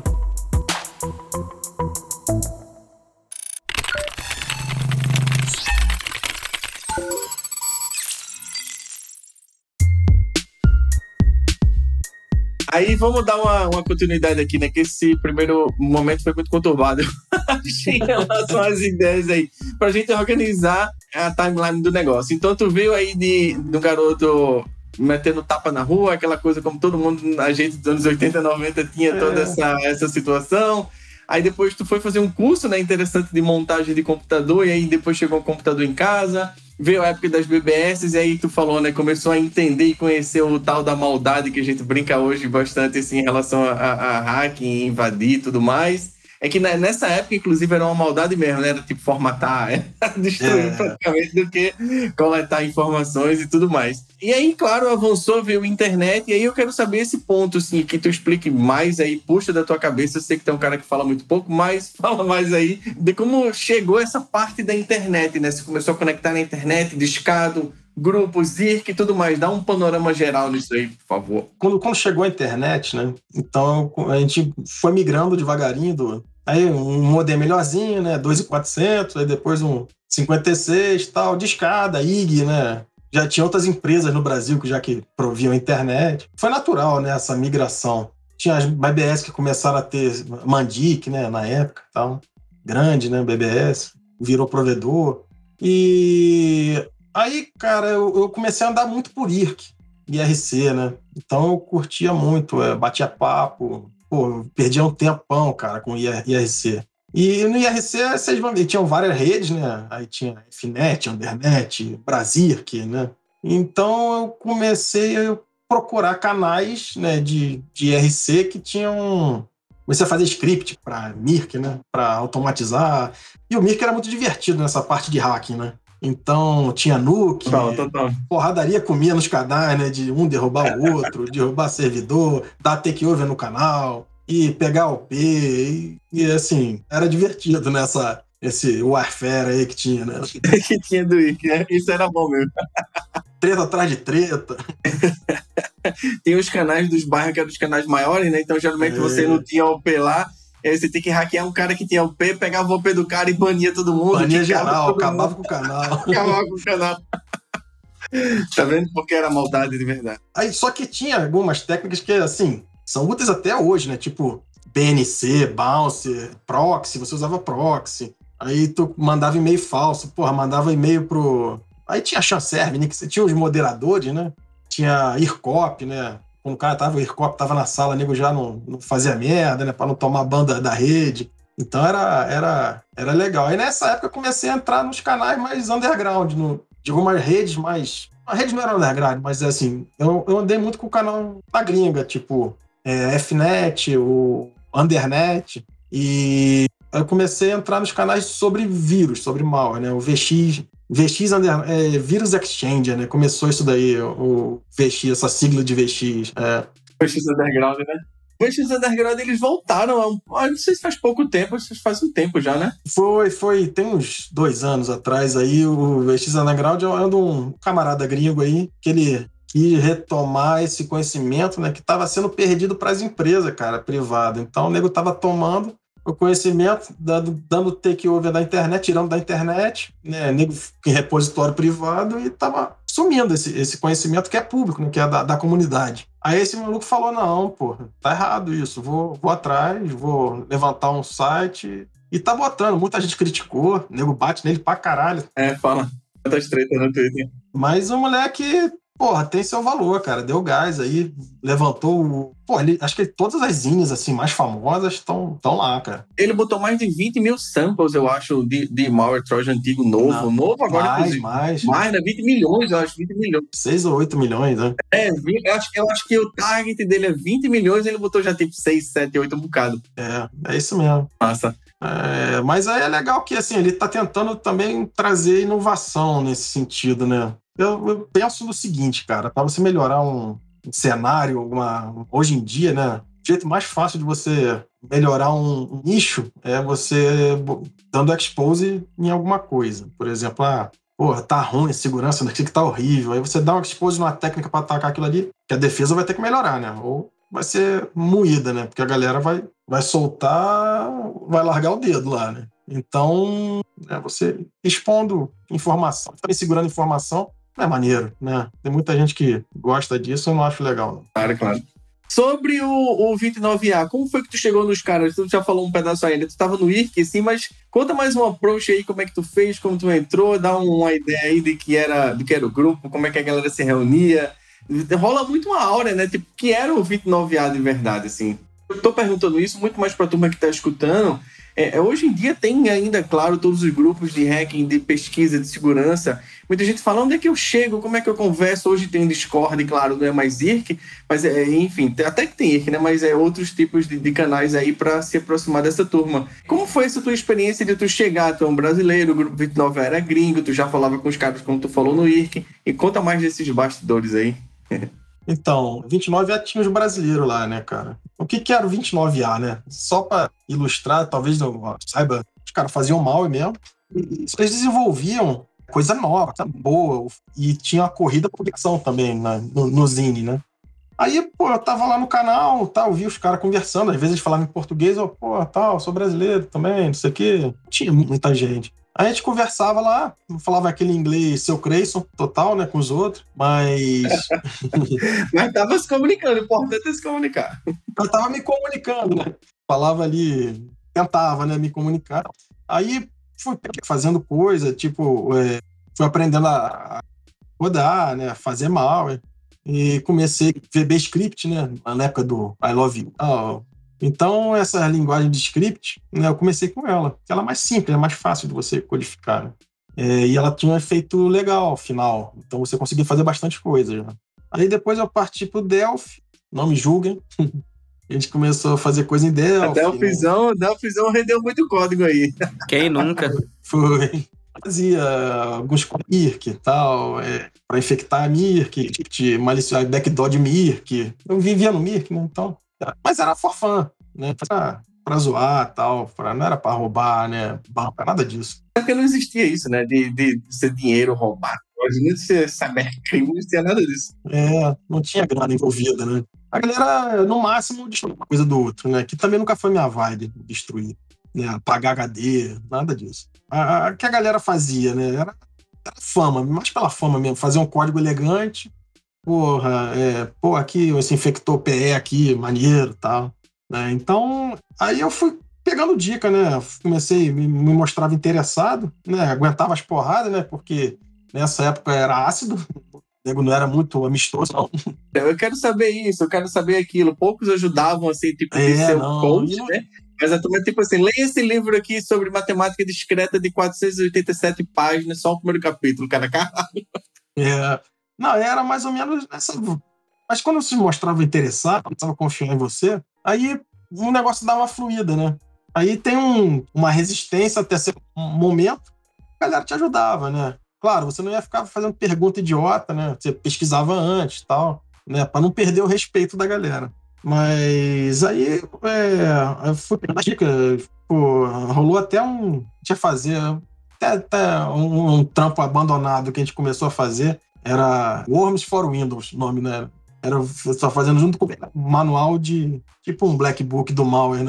Aí vamos dar uma continuidade aqui, né? Que esse primeiro momento foi muito conturbado em relação às ideias aí. Pra gente organizar a timeline do negócio. Então tu veio aí do garoto metendo tapa na rua, aquela coisa como todo mundo, a gente dos anos 80, 90 tinha toda essa situação. Aí depois tu foi fazer um curso, né, interessante de montagem de computador, e aí depois chegou um computador em casa, veio a época das BBS, e aí tu falou, né, começou a entender e conhecer o tal da maldade que a gente brinca hoje bastante, assim, em relação a hacking, invadir e tudo mais. É que nessa época, inclusive, era uma maldade mesmo, né? Era tipo formatar, destruir praticamente do que coletar informações e tudo mais. E aí, claro, avançou, veio a internet, e aí eu quero saber esse ponto, assim, que tu explique mais aí, puxa da tua cabeça. Eu sei que tem um cara que fala muito pouco, mas fala mais aí de como chegou essa parte da internet, né? Você começou a conectar na internet, discado, grupos, IRC e tudo mais. Dá um panorama geral nisso aí, por favor. Quando chegou a internet, né? Então a gente foi migrando devagarinho aí um modem melhorzinho, né? 2.400, aí depois um 56 tal, discada, IG, né? Já tinha outras empresas no Brasil que proviam a internet. Foi natural, né? Essa migração. Tinha as BBS que começaram a ter Mandic, né? Na época, tal. Grande, né? BBS. Virou provedor. E aí, cara, eu comecei a andar muito por IRC, né? Então eu curtia muito, batia papo, perdia um tempão, cara, com IRC. E no IRC, vocês vão ver, tinham várias redes, né? Aí tinha Fnet, Undernet, Brasirc, né? Então eu comecei a procurar canais, né, de IRC que tinham... Comecei a fazer script para Mirk, né? Para automatizar. E o Mirk era muito divertido nessa parte de hacking, né? Então, tinha nuke, porradaria comia nos canais, né? De um derrubar o outro, derrubar servidor, dar takeover no canal, e pegar o P. E assim, era divertido nessa... Esse warfare aí que tinha, né? Que tinha do IRC, né? Isso era bom mesmo. Treta atrás de treta. Tem os canais dos bairros que eram os canais maiores, né? Então, geralmente, você não tinha OP lá. Aí você tem que hackear um cara que tinha OP, pegava o OP do cara e bania todo mundo. Bania geral, acabava com o canal. Acabava com o canal. Tá vendo? Porque era maldade de verdade. Aí, só que tinha algumas técnicas que, assim, são úteis até hoje, né? Tipo, BNC, Bouncer, Proxy, você usava Proxy. Aí tu mandava e-mail falso, mandava e-mail pro... Aí tinha a Chanserve, né? Que você tinha os moderadores, né? Tinha IRCOP, né? Quando o IRCOP tava na sala, o nego já não fazia merda, né? Pra não tomar banda da rede. Então era legal. Aí nessa época eu comecei a entrar nos canais mais underground, de algumas redes mais... A rede não era underground, mas assim, eu andei muito com o canal da gringa, tipo Fnet, o Undernet, e eu comecei a entrar nos canais sobre vírus, sobre malware, né? O VX Virus Exchanger, né? Começou isso daí, o VX, essa sigla de VX. VX Underground, né? VX Underground, eles voltaram não sei se faz pouco tempo, faz um tempo já, né? Foi, tem uns 2 anos atrás aí, o VX Underground é de um camarada gringo aí, que ele quis retomar esse conhecimento, né? Que estava sendo perdido para as empresas, cara, privada. Então o nego tava tomando o conhecimento, dando takeover da internet, tirando da internet, né, nego em repositório privado, e tava sumindo esse conhecimento que é público, né, que é da comunidade. Aí esse maluco falou, não, pô, tá errado isso, vou atrás, vou levantar um site, e tá botando, muita gente criticou, nego bate nele pra caralho. Fala, quantas tretas no Twitter. Mas o moleque... tem seu valor, cara. Deu gás aí, levantou... acho que todas as zines, assim, mais famosas estão lá, cara. Ele botou mais de 20 mil samples, eu acho, de malware Trojan antigo, novo. Novo agora, inclusive. Mais, né? 20 milhões, eu acho, 20 milhões. 6 ou 8 milhões, né? Eu acho que o target dele é 20 milhões, ele botou já tipo 6, 7, 8 um bocado. É isso mesmo. Massa. Mas aí é legal que, assim, ele tá tentando também trazer inovação nesse sentido, né? Eu penso no seguinte, cara, para você melhorar um cenário, hoje em dia, né, o jeito mais fácil de você melhorar um nicho é você dando expose em alguma coisa. Por exemplo, tá ruim, a segurança daqui que tá horrível. Aí você dá um expose numa técnica para atacar aquilo ali, que a defesa vai ter que melhorar, né? Ou vai ser moída, né? Porque a galera vai soltar, vai largar o dedo lá, né? Então, você expondo informação, também segurando informação, é maneiro, né? Tem muita gente que gosta disso, eu não acho legal, não. Claro. Sobre o 29A, como foi que tu chegou nos caras? Tu já falou um pedaço ainda, tu tava no IRC, sim, mas conta mais um approach aí, como é que tu fez, como tu entrou, dá uma ideia aí do que era o grupo, como é que a galera se reunia. Rola muito uma aura, né? Tipo, que era o 29A de verdade, assim. Eu tô perguntando isso muito mais pra turma que tá escutando. Hoje em dia tem ainda, claro, todos os grupos de hacking, de pesquisa, de segurança. Muita gente fala, onde é que eu chego, como é que eu converso? Hoje tem Discord, claro, não é mais IRC, mas enfim, até que tem IRC, né? Mas outros tipos de canais aí para se aproximar dessa turma. Como foi essa tua experiência de tu chegar? Tu é um brasileiro, o grupo 29 era gringo, tu já falava com os caras como tu falou no IRC. E conta mais desses bastidores aí. Então, 29A tinha os brasileiros lá, né, cara? O que era o 29A, né? Só para ilustrar, talvez não saiba, os caras faziam mal mesmo. E eles desenvolviam coisa nova, boa, e tinha a corrida publicação também no Zine, né? Aí, pô, eu tava lá no canal, tal, vi os caras conversando, às vezes eles falavam em português, eu, pô, tal, sou brasileiro também, não sei o quê. Tinha muita gente. Aí a gente conversava lá, falava aquele inglês seu Creyson, total, né, com os outros, mas... Mas tava se comunicando, o importante é se comunicar. Eu tava me comunicando, né? Falava ali, tentava, né, me comunicar. Aí fui fazendo coisa, tipo, fui aprendendo a rodar, né, a fazer mal, e comecei a ver script, né, na época do I Love You. Então, essa linguagem de script, né, eu comecei com ela. Ela é mais simples, é mais fácil de você codificar, né? E ela tinha um efeito legal, final. Então, você conseguia fazer bastante coisa já. Aí, depois eu parti pro Delphi. Não me julguem. A gente começou a fazer coisa em Delphi. Delphizão rendeu muito código aí. Quem nunca? Foi. Fazia alguns com Mirk e tal, para infectar a Mirk, maliciar backdoor de Mirk. Eu vivia no Mirk, né? Então... Mas era for fun, né? Pra zoar e tal, não era pra roubar, né? Nada disso. É porque não existia isso, né? De ser dinheiro roubado. Hoje não ser cybercrime, não tinha nada disso. Não tinha grana envolvida, né? A galera, no máximo, destruía uma coisa do outro, né? Que também nunca foi minha vibe, destruir, né? Apagar HD, nada disso. O que a galera fazia, né? Era fama, mais pela fama mesmo. Fazer um código elegante. Aqui você infectou o PE aqui, maneiro e tal. Né? Então, aí eu fui pegando dica, né? Comecei, me mostrava interessado, né? Aguentava as porradas, né? Porque nessa época era ácido, o nego não era muito amistoso, não. Eu quero saber isso, eu quero saber aquilo. Poucos ajudavam, assim, tipo, de ser um coach, né? Mas a turma, tipo assim, leia esse livro aqui sobre matemática discreta de 487 páginas, só o primeiro capítulo, cara. Não, era mais ou menos nessa... Mas quando você se mostrava interessado, estava confiando em você, aí o negócio dava uma fluida, né? Aí tem uma resistência até ser um momento, a galera te ajudava, né? Claro, você não ia ficar fazendo pergunta idiota, né? Você pesquisava antes e tal, né? Para não perder o respeito da galera. Mas aí eu fui pegando dica, rolou até tinha fazer até um trampo abandonado que a gente começou a fazer. Era Worms for Windows, o nome, né? Era só fazendo junto com o manual de... Tipo um black book do malware, né?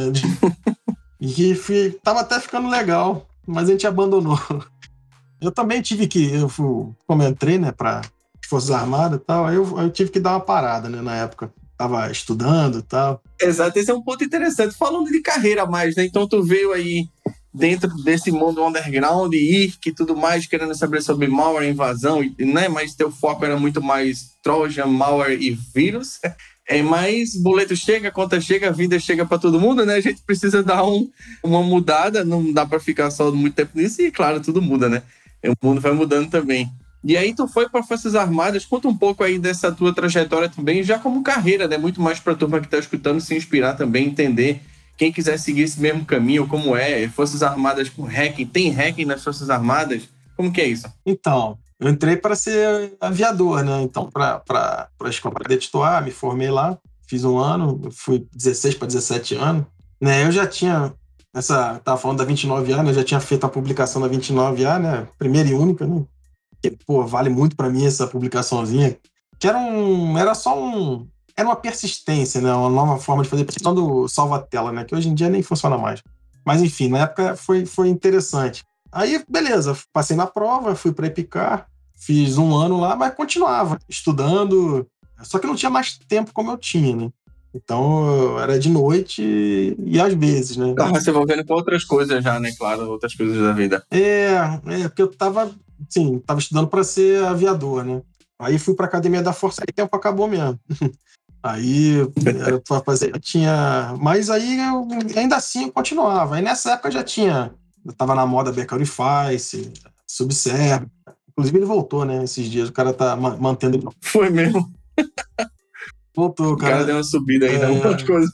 E tava até ficando legal, mas a gente abandonou. Eu também tive que... Como eu entrei, né? Para as Forças Armadas e tal, aí eu tive que dar uma parada, né? Na época. Tava estudando e tal. Exato, esse é um ponto interessante. Falando de carreira a mais, né? Então tu veio aí dentro desse mundo underground, IRC e tudo mais, querendo saber sobre malware, invasão, né? Mas teu foco era muito mais Trojan, malware e vírus. Mas boleto chega, conta chega, a vida chega para todo mundo, né? A gente precisa dar uma mudada, não dá para ficar só muito tempo nisso e, claro, tudo muda, né? O mundo vai mudando também. E aí tu foi para Forças Armadas, conta um pouco aí dessa tua trajetória também, já como carreira, né? Muito mais para a turma que está escutando se inspirar também, entender. Quem quiser seguir esse mesmo caminho, como Forças Armadas com hacking, tem hacking nas Forças Armadas? Como que é isso? Então, eu entrei para ser aviador, né? Então, para a escola de titular, me formei lá, fiz um ano, fui 16 para 17 anos. Né? Eu já tinha, estava falando da 29A, né? Eu já tinha feito a publicação da 29A, né? Primeira e única, né? Que, vale muito para mim essa publicaçãozinha. Que era uma persistência, né? Uma nova forma de fazer persistência do salva-tela, né? Que hoje em dia nem funciona mais. Mas, enfim, na época foi interessante. Aí, beleza, passei na prova, fui para Epicar, fiz um ano lá, mas continuava estudando, só que não tinha mais tempo como eu tinha, né? Então, era de noite e às vezes, né? Tava se envolvendo com outras coisas já, né? Claro, outras coisas da vida. Porque eu tava estudando para ser aviador, né? Aí fui pra academia da Força e o tempo acabou mesmo. Aí era pra fazer, mas aí eu, ainda assim eu continuava. Aí nessa época eu tava na moda Backerifice, Subserve. Inclusive ele voltou, né? Esses dias o cara tá mantendo. Foi mesmo. Voltou, O cara deu uma subida aí, deu um monte de coisa.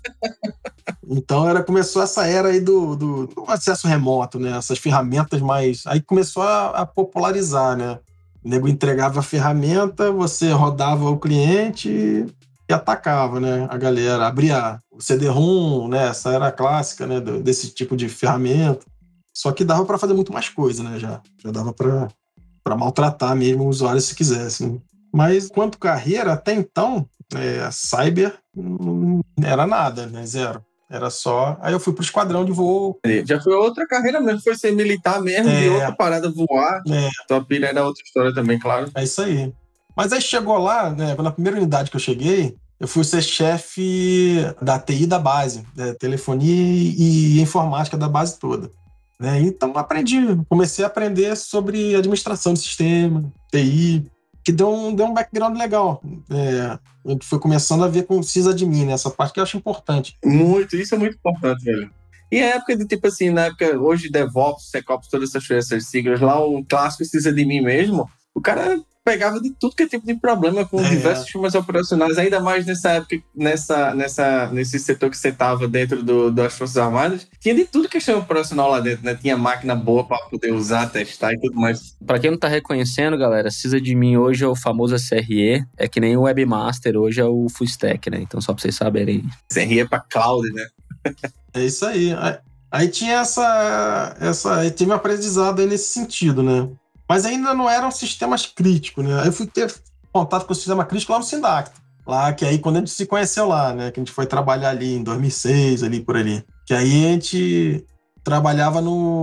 Então começou essa era aí do acesso remoto, né? Essas ferramentas mais. Aí começou a popularizar, né? O nego entregava a ferramenta, você rodava o cliente e atacava, né? A galera abria o CD-ROM, né? Essa era a clássica, né? Desse tipo de ferramenta. Só que dava para fazer muito mais coisa, né? Já dava para maltratar mesmo o usuário se quisesse. Né? Mas quanto carreira, até então, cyber não era nada, né? Zero. Era só... Aí eu fui pro esquadrão de voo. Já foi outra carreira mesmo, foi ser militar mesmo, de outra parada voar. Tua pilha era outra história também, claro. É isso aí. Mas aí chegou lá, né? Na primeira unidade que eu cheguei, eu fui ser chefe da TI da base, telefonia e informática da base toda. Né? Então comecei a aprender sobre administração de sistema, TI, que deu um background legal. A gente foi começando a ver com o sysadmin, né? Essa parte que eu acho importante. Muito, isso é muito importante, velho. E a época de, tipo assim, na época, hoje DevOps, SecOps, todas essas siglas, lá o clássico sysadmin mesmo, o cara pegava de tudo que é tipo de problema com diversos sistemas operacionais, ainda mais nessa época, nesse setor que você estava dentro das Forças Armadas, tinha de tudo que é sistema operacional lá dentro, né? Tinha máquina boa para poder usar, testar e tudo mais. Pra quem não tá reconhecendo, galera, sysadmin hoje é o famoso SRE, é que nem o Webmaster hoje é o Full Stack, né? Então só pra vocês saberem. SRE é pra cloud, né? É isso aí. Aí tinha tive um aprendizado aí nesse sentido, né? Mas ainda não eram sistemas críticos, né? Aí eu fui ter contato com o sistema crítico lá no Sindacta. Lá, que aí quando a gente se conheceu lá, né? Que a gente foi trabalhar ali em 2006, ali por ali. Que aí a gente trabalhava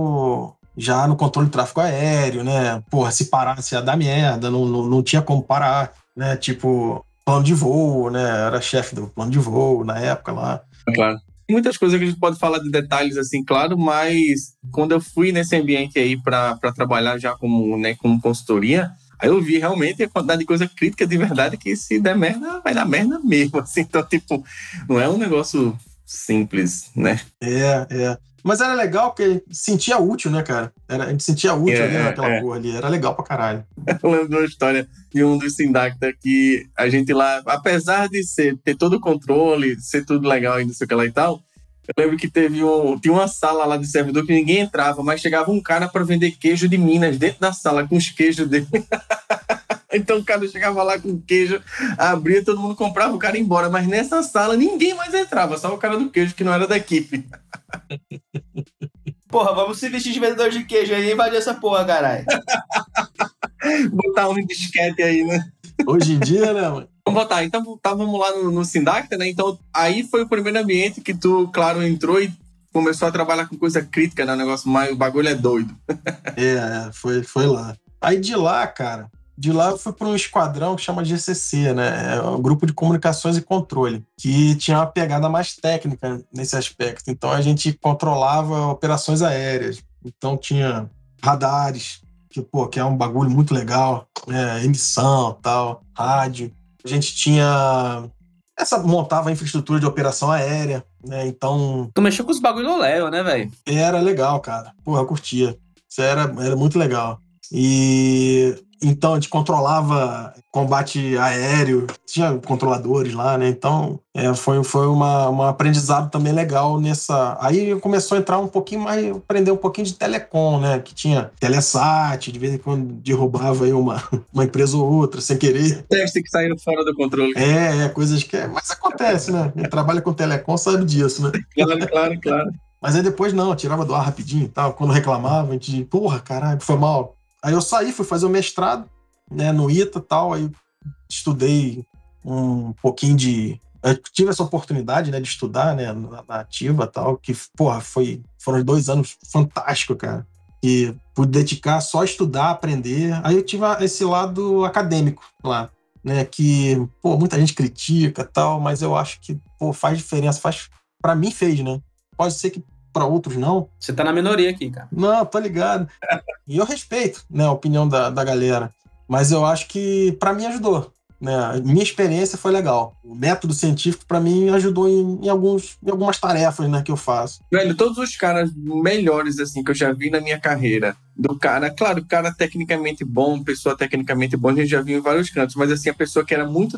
já no controle de tráfego aéreo, né? Porra, se parasse ia dar merda, não tinha como parar, né? Tipo, plano de voo, né? Era chefe do plano de voo na época lá. Claro. Muitas coisas que a gente pode falar de detalhes, assim, claro, mas quando eu fui nesse ambiente aí para trabalhar já como consultoria, aí eu vi realmente a quantidade de coisa crítica de verdade que se der merda, vai dar merda mesmo, assim. Então, tipo, não é um negócio simples, né? Mas era legal porque sentia útil, né, cara? A gente sentia útil ali naquela porra ali. Era legal pra caralho. Eu lembro de uma história de um dos Sindacta que a gente lá, apesar de ter todo o controle, ser tudo legal e não sei o que lá e tal, eu lembro que tinha uma sala lá de servidor que ninguém entrava, mas chegava um cara pra vender queijo de Minas dentro da sala com os queijos dele. Então o cara chegava lá com queijo, abria, todo mundo comprava, o cara ia embora. Mas nessa sala ninguém mais entrava, só o cara do queijo que não era da equipe. Porra, vamos se vestir de vendedor de queijo aí e invadir essa porra, caralho. Botar um disquete aí, né? Hoje em dia, né, mano? Vamos botar. Então vamos lá no Sindacta, né? Então aí foi o primeiro ambiente que tu, claro, entrou e começou a trabalhar com coisa crítica, né? O bagulho é doido. Foi lá. Aí de lá, cara... De lá eu fui para um esquadrão que chama GCC, né? É um grupo de comunicações e controle, que tinha uma pegada mais técnica nesse aspecto. Então a gente controlava operações aéreas. Então tinha radares, que é um bagulho muito legal, emissão, tal, rádio. A gente montava a infraestrutura de operação aérea, né? Então... Tu mexeu com os bagulho Léo, né, velho? Era legal, cara. Porra, eu curtia. Isso era muito legal. Então, a gente controlava combate aéreo, tinha controladores lá, né? Então, foi um aprendizado também legal nessa... Aí começou a entrar um pouquinho mais, aprender um pouquinho de telecom, né? Que tinha Telesat, de vez em quando derrubava aí uma empresa ou outra, sem querer. Teste que saíram fora do controle. Coisas que... Mas acontece, né? Quem trabalha com telecom sabe disso, né? Claro. Mas aí depois não, tirava do ar rapidinho e tal. Quando reclamava, a gente... Porra, caralho, foi mal. Aí eu saí, fui fazer o mestrado, né, no ITA e tal, aí estudei um pouquinho eu tive essa oportunidade, né, de estudar, né, na ativa e tal, que, porra, foram 2 anos fantásticos, cara. E pude dedicar só a estudar, aprender. Aí eu tive esse lado acadêmico lá. né, que, pô, muita gente critica e tal, mas eu acho que, pô, faz diferença, pra mim fez, né? Pode ser que pra outros não. Você tá na minoria aqui, cara. Não, tô ligado. E eu respeito, né, a opinião da galera, mas eu acho que pra mim ajudou. Né? A minha experiência foi legal. O método científico, pra mim, ajudou em algumas tarefas, né, que eu faço. Velho, todos os caras melhores, assim, que eu já vi na minha carreira, do cara, claro, o cara tecnicamente bom, pessoa tecnicamente boa, a gente já viu em vários cantos, mas assim, a pessoa que era muito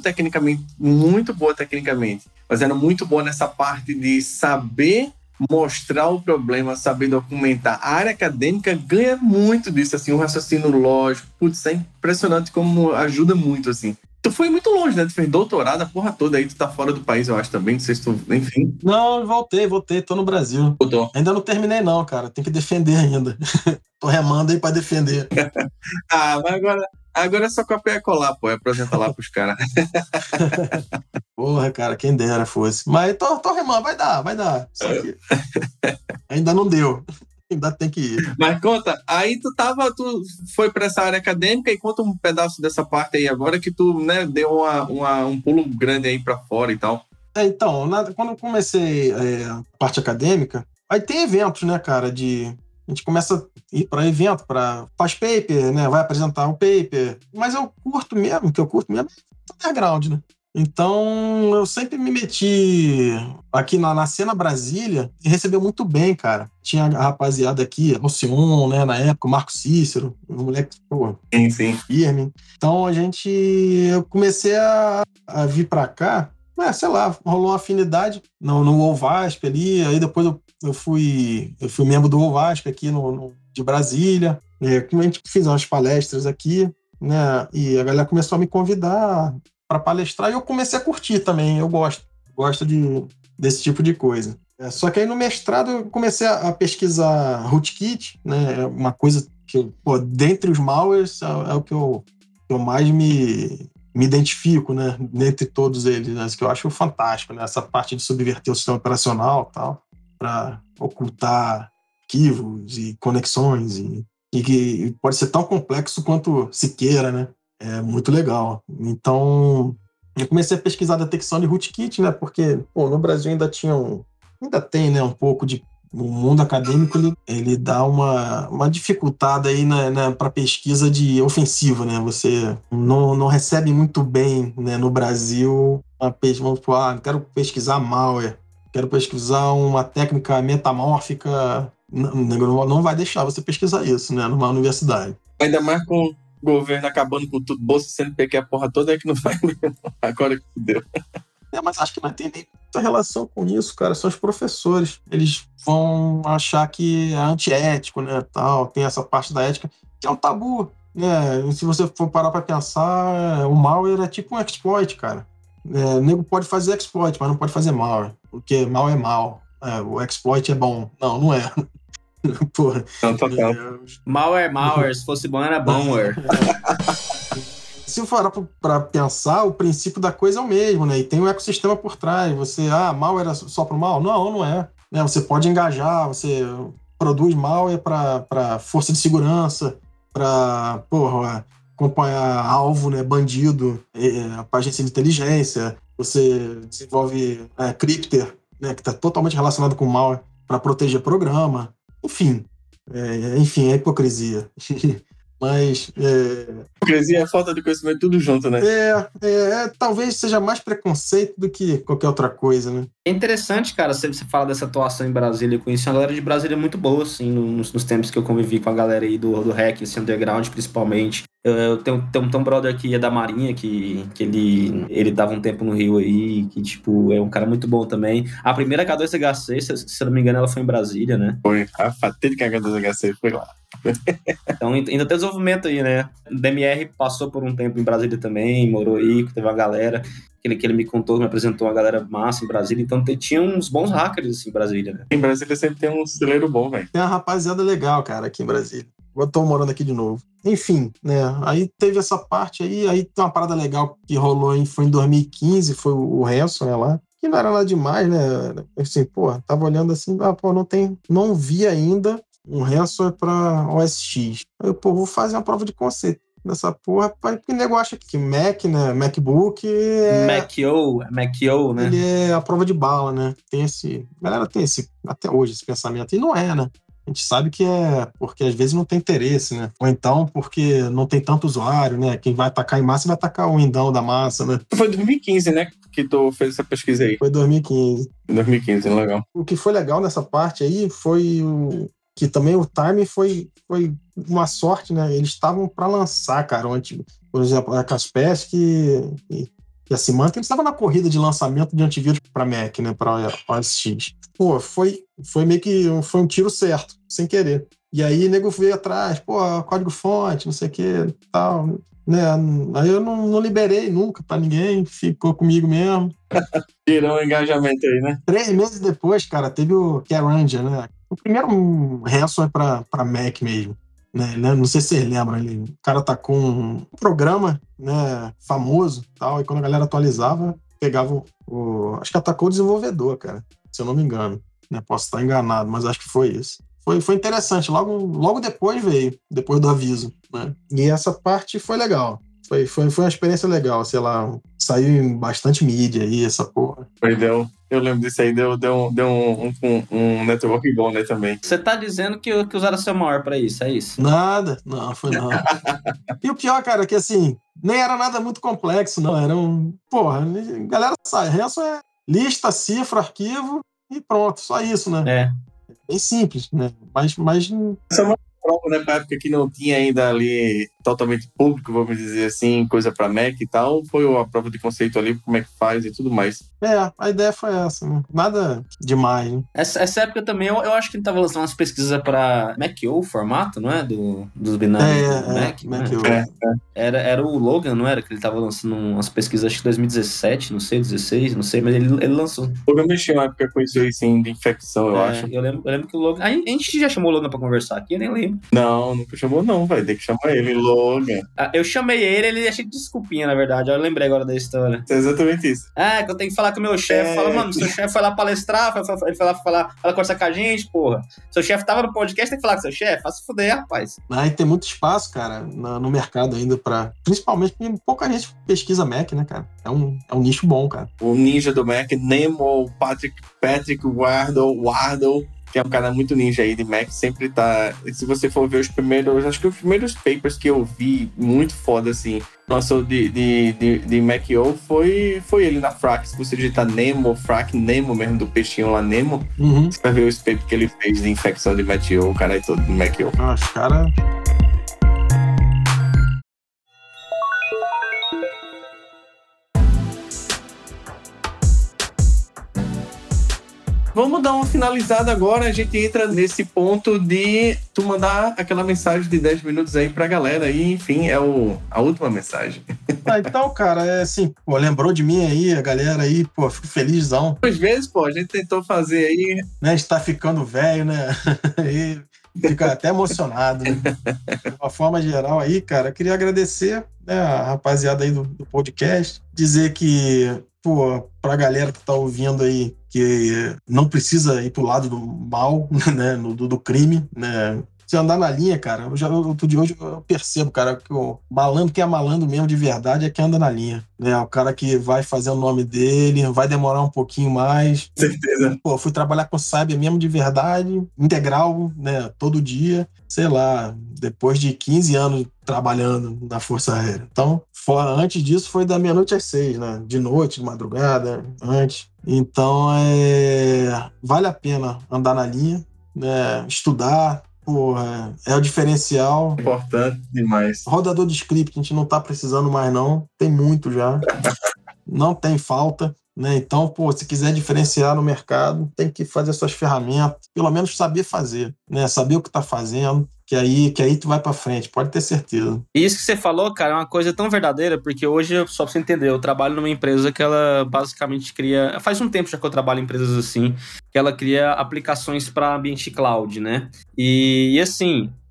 boa tecnicamente, mas era muito boa nessa parte de saber mostrar o problema, saber documentar. A área acadêmica ganha muito disso, assim, um raciocínio lógico. Putz, é impressionante como ajuda muito, assim. Tu foi muito longe, né? Tu fez doutorado, a porra toda, aí tu tá fora do país, eu acho também, não sei se tu... Enfim. Não, voltei, tô no Brasil. Voltou. Ainda não terminei não, cara, tem que defender ainda. Tô remando aí pra defender. Mas agora é só copiar e colar, pô, apresentar lá pros caras. Porra, cara, quem dera fosse. Mas tô remando, vai dar. Só que ainda não deu. Ainda tem que ir. Mas conta, aí tu foi pra essa área acadêmica e conta um pedaço dessa parte aí agora que tu, né, deu um pulo grande aí pra fora e tal. Então, quando eu comecei a parte acadêmica, aí tem eventos, né, cara, a gente começa a ir para evento, faz paper, né, vai apresentar um paper, mas o que eu curto mesmo é underground, né? Então, eu sempre me meti aqui na cena Brasília e recebeu muito bem, cara. Tinha a rapaziada aqui, Alcion, né, na época, o Marco Cícero, um moleque, pô, sim. firme. Então, eu comecei a vir pra cá, sei lá, rolou uma afinidade no UOVASP ali, aí depois eu fui membro do UOVASP aqui de Brasília, a gente fez umas palestras aqui, né, e a galera começou a me convidar para palestrar e eu comecei a curtir também, eu gosto desse tipo de coisa. Só que aí no mestrado eu comecei a pesquisar rootkit, né, uma coisa que, pô, dentre os malwares é o que eu mais me identifico, né, dentre todos eles, né, que eu acho fantástico, né, essa parte de subverter o sistema operacional e tal, para ocultar arquivos e conexões e que pode ser tão complexo quanto se queira, né? É muito legal. Então, eu comecei a pesquisar a detecção de rootkit, né? Porque, pô, no Brasil ainda tem, né, um pouco de... O mundo acadêmico, ele dá uma dificultada aí para pesquisa de ofensiva, né? Você não recebe muito bem, né, no Brasil vamos falar, quero pesquisar malware, quero pesquisar uma técnica metamórfica. Não vai deixar você pesquisar isso, né, numa universidade. Ainda mais com o governo acabando com tudo, bolsa CNPq, a porra toda é que não vai mesmo. Agora que deu. Mas acho que não tem nem muita relação com isso, cara. São os professores. Eles vão achar que é antiético, né, tal. Tem essa parte da ética, que é um tabu, né? E se você for parar pra pensar, o malware é tipo um exploit, cara. O nego pode fazer exploit, mas não pode fazer malware, porque mal é mal. O exploit é bom. Não é. Porra. Não, total. Malware. Se fosse bom, era bomware. Se for para pensar, o princípio da coisa é o mesmo, né? E tem um ecossistema por trás. Malware é só pro mal? Não é. Né? Você pode engajar, você produz malware para força de segurança, para acompanhar alvo, né? Bandido, para agência de inteligência. Você desenvolve crypter, né? Que está totalmente relacionado com malware, para proteger programa. Enfim, é hipocrisia. Mas... Hipocrisia é falta de conhecimento, tudo junto, né? Talvez seja mais preconceito do que qualquer outra coisa, né? É interessante, cara, você fala dessa atuação em Brasília. Eu conheci uma galera de Brasília muito boa, assim, nos tempos que eu convivi com a galera aí do hack, assim, underground, principalmente. Eu tenho um brother que é da Marinha, que ele dava um tempo no Rio aí, que, tipo, é um cara muito bom também. A primeira K2HC, se eu não me engano, ela foi em Brasília, né? Foi. A fatídica K2HC foi lá. Então, ainda tem desenvolvimento aí, né? O DMR passou por um tempo em Brasília também, morou aí, teve uma galera que ele me contou, me apresentou uma galera massa em Brasília, então tinha uns bons hackers assim, em Brasília, né? Em Brasília sempre tem um celeiro bom, velho. Tem uma rapaziada legal, cara, aqui em Brasília. Eu tô morando aqui de novo. Enfim, né? Aí teve essa parte aí tem uma parada legal que rolou, foi em 2015, foi o ransom, né, lá. Que não era nada demais, né? Assim, tava olhando assim, não vi ainda um ransom para OSX. Aí eu, vou fazer uma prova de conceito. nessa porra, porque o nego acha que Mac, né, MacBook Mac-O, né? ele é a prova de bala, né? A galera tem até hoje, esse pensamento. E não é, né? A gente sabe que é porque às vezes não tem interesse, né? Ou então porque não tem tanto usuário, né? Quem vai atacar em massa vai atacar o Windão da massa, né? Foi 2015, né, que tu fez essa pesquisa aí. Foi 2015. 2015, legal. O que foi legal nessa parte aí foi que também o timing foi uma sorte, né? Eles estavam para lançar, cara, por exemplo, a Kaspersky e a Symantec, eles estavam na corrida de lançamento de antivírus para Mac, né? Para OS X. Pô, foi meio que foi um tiro certo, sem querer. E aí o nego veio atrás, pô, código-fonte, não sei o que, tal, né? Aí eu não liberei nunca para ninguém, ficou comigo mesmo. Tirou um engajamento aí, né? 3 meses depois, cara, teve o Karanger, né? O primeiro ransom é para Mac mesmo. Né? Não sei se vocês lembram, o cara tá com um programa, né, famoso, tal, e quando a galera atualizava, pegava acho que atacou o desenvolvedor, cara, se eu não me engano, né? Posso estar enganado, mas acho que foi isso. Foi interessante, logo depois veio, depois do aviso, né? E essa parte foi legal. Foi uma experiência legal, sei lá, saiu em bastante mídia aí, essa porra. Eu lembro disso aí, deu um network bom, né, também. Você tá dizendo que usaram seu maior pra isso, é isso? Nada, não, foi não. E o pior, cara, é que assim, nem era nada muito complexo, não, era porra, galera sabe, ransom é lista, cifra, arquivo e pronto, só isso, né? É. Bem simples, né? Mas Essa é uma prova, né, pra época que não tinha ainda ali totalmente público, vamos dizer assim, coisa pra Mac e tal, foi a prova de conceito ali, como é que faz e tudo mais. a ideia foi essa, né? Nada demais, né? Essa época também, eu acho que ele tava lançando umas pesquisas pra Mac-O, o formato, não é? Dos binários do Mac. Mac-O. Era o Logan, não era? Que ele tava lançando umas pesquisas, acho que 2017, não sei, 16, não sei, mas ele lançou. O Logan mexeu uma época com isso aí, sim, de infecção, eu acho. Eu lembro que o Logan... A gente já chamou o Logan pra conversar aqui, eu nem lembro. Não, nunca chamou não, vai ter que chamar ele, Logan. Eu chamei ele achei de desculpinha, na verdade, eu lembrei agora da história. É exatamente isso. Que eu tenho que falar com o meu chefe. Fala, mano, seu chefe foi lá palestrar, ele foi lá conversar com a gente, porra. Seu chefe tava no podcast, tem que falar com seu chefe? Faça fuder, rapaz. Aí tem muito espaço, cara, no mercado ainda principalmente porque pouca gente pesquisa Mac, né, cara? É um nicho bom, cara. O ninja do Mac, Nemo, Patrick Wardle, que é um cara muito ninja aí de Mac, sempre tá... Se você for ver acho que os primeiros papers que eu vi, muito foda, assim, lançou de Mac-O, foi ele na Frac. Se você digitar Nemo, Frac, Nemo mesmo, do peixinho lá, Nemo, você vai ver os papers que ele fez de infecção de Mac-O, o cara aí todo de Mac-O. Os caras... Vamos dar uma finalizada agora, a gente entra nesse ponto de tu mandar aquela mensagem de 10 minutos aí pra galera aí, enfim, é a última mensagem. Então, cara, é assim, pô, lembrou de mim aí, a galera aí, pô, fico felizão. Às vezes, pô, a gente tentou fazer aí... Né, a gente tá ficando velho, né, e fica até emocionado, né. De uma forma geral aí, cara, eu queria agradecer, né, a rapaziada aí do podcast, dizer que, pô, pra galera que tá ouvindo aí, que não precisa ir pro lado do mal, né, do crime, né. Se andar na linha, cara, outro dia hoje eu percebo, cara, que o malandro, quem é malandro mesmo de verdade é quem anda na linha, né? O cara que vai fazer o nome dele, vai demorar um pouquinho mais. Certeza. Pô, fui trabalhar com cyber mesmo de verdade, integral, né, todo dia, sei lá, depois de 15 anos trabalhando na Força Aérea. Então, antes disso foi da meia-noite às 6, né? De noite, de madrugada, antes. Então, vale a pena andar na linha, né? Estudar. Porra, é o diferencial. Importante demais. Rodador de script, a gente não tá precisando mais, não. Tem muito já. Não tem falta, né? Então, pô, se quiser diferenciar no mercado, tem que fazer suas ferramentas, pelo menos saber fazer, né? Saber o que tá fazendo, que aí tu vai pra frente, pode ter certeza. E isso que você falou, cara, é uma coisa tão verdadeira, porque hoje, só pra você entender, eu trabalho numa empresa que ela basicamente cria... Faz um tempo já que eu trabalho em empresas assim, que ela cria aplicações para ambiente cloud, né? E assim,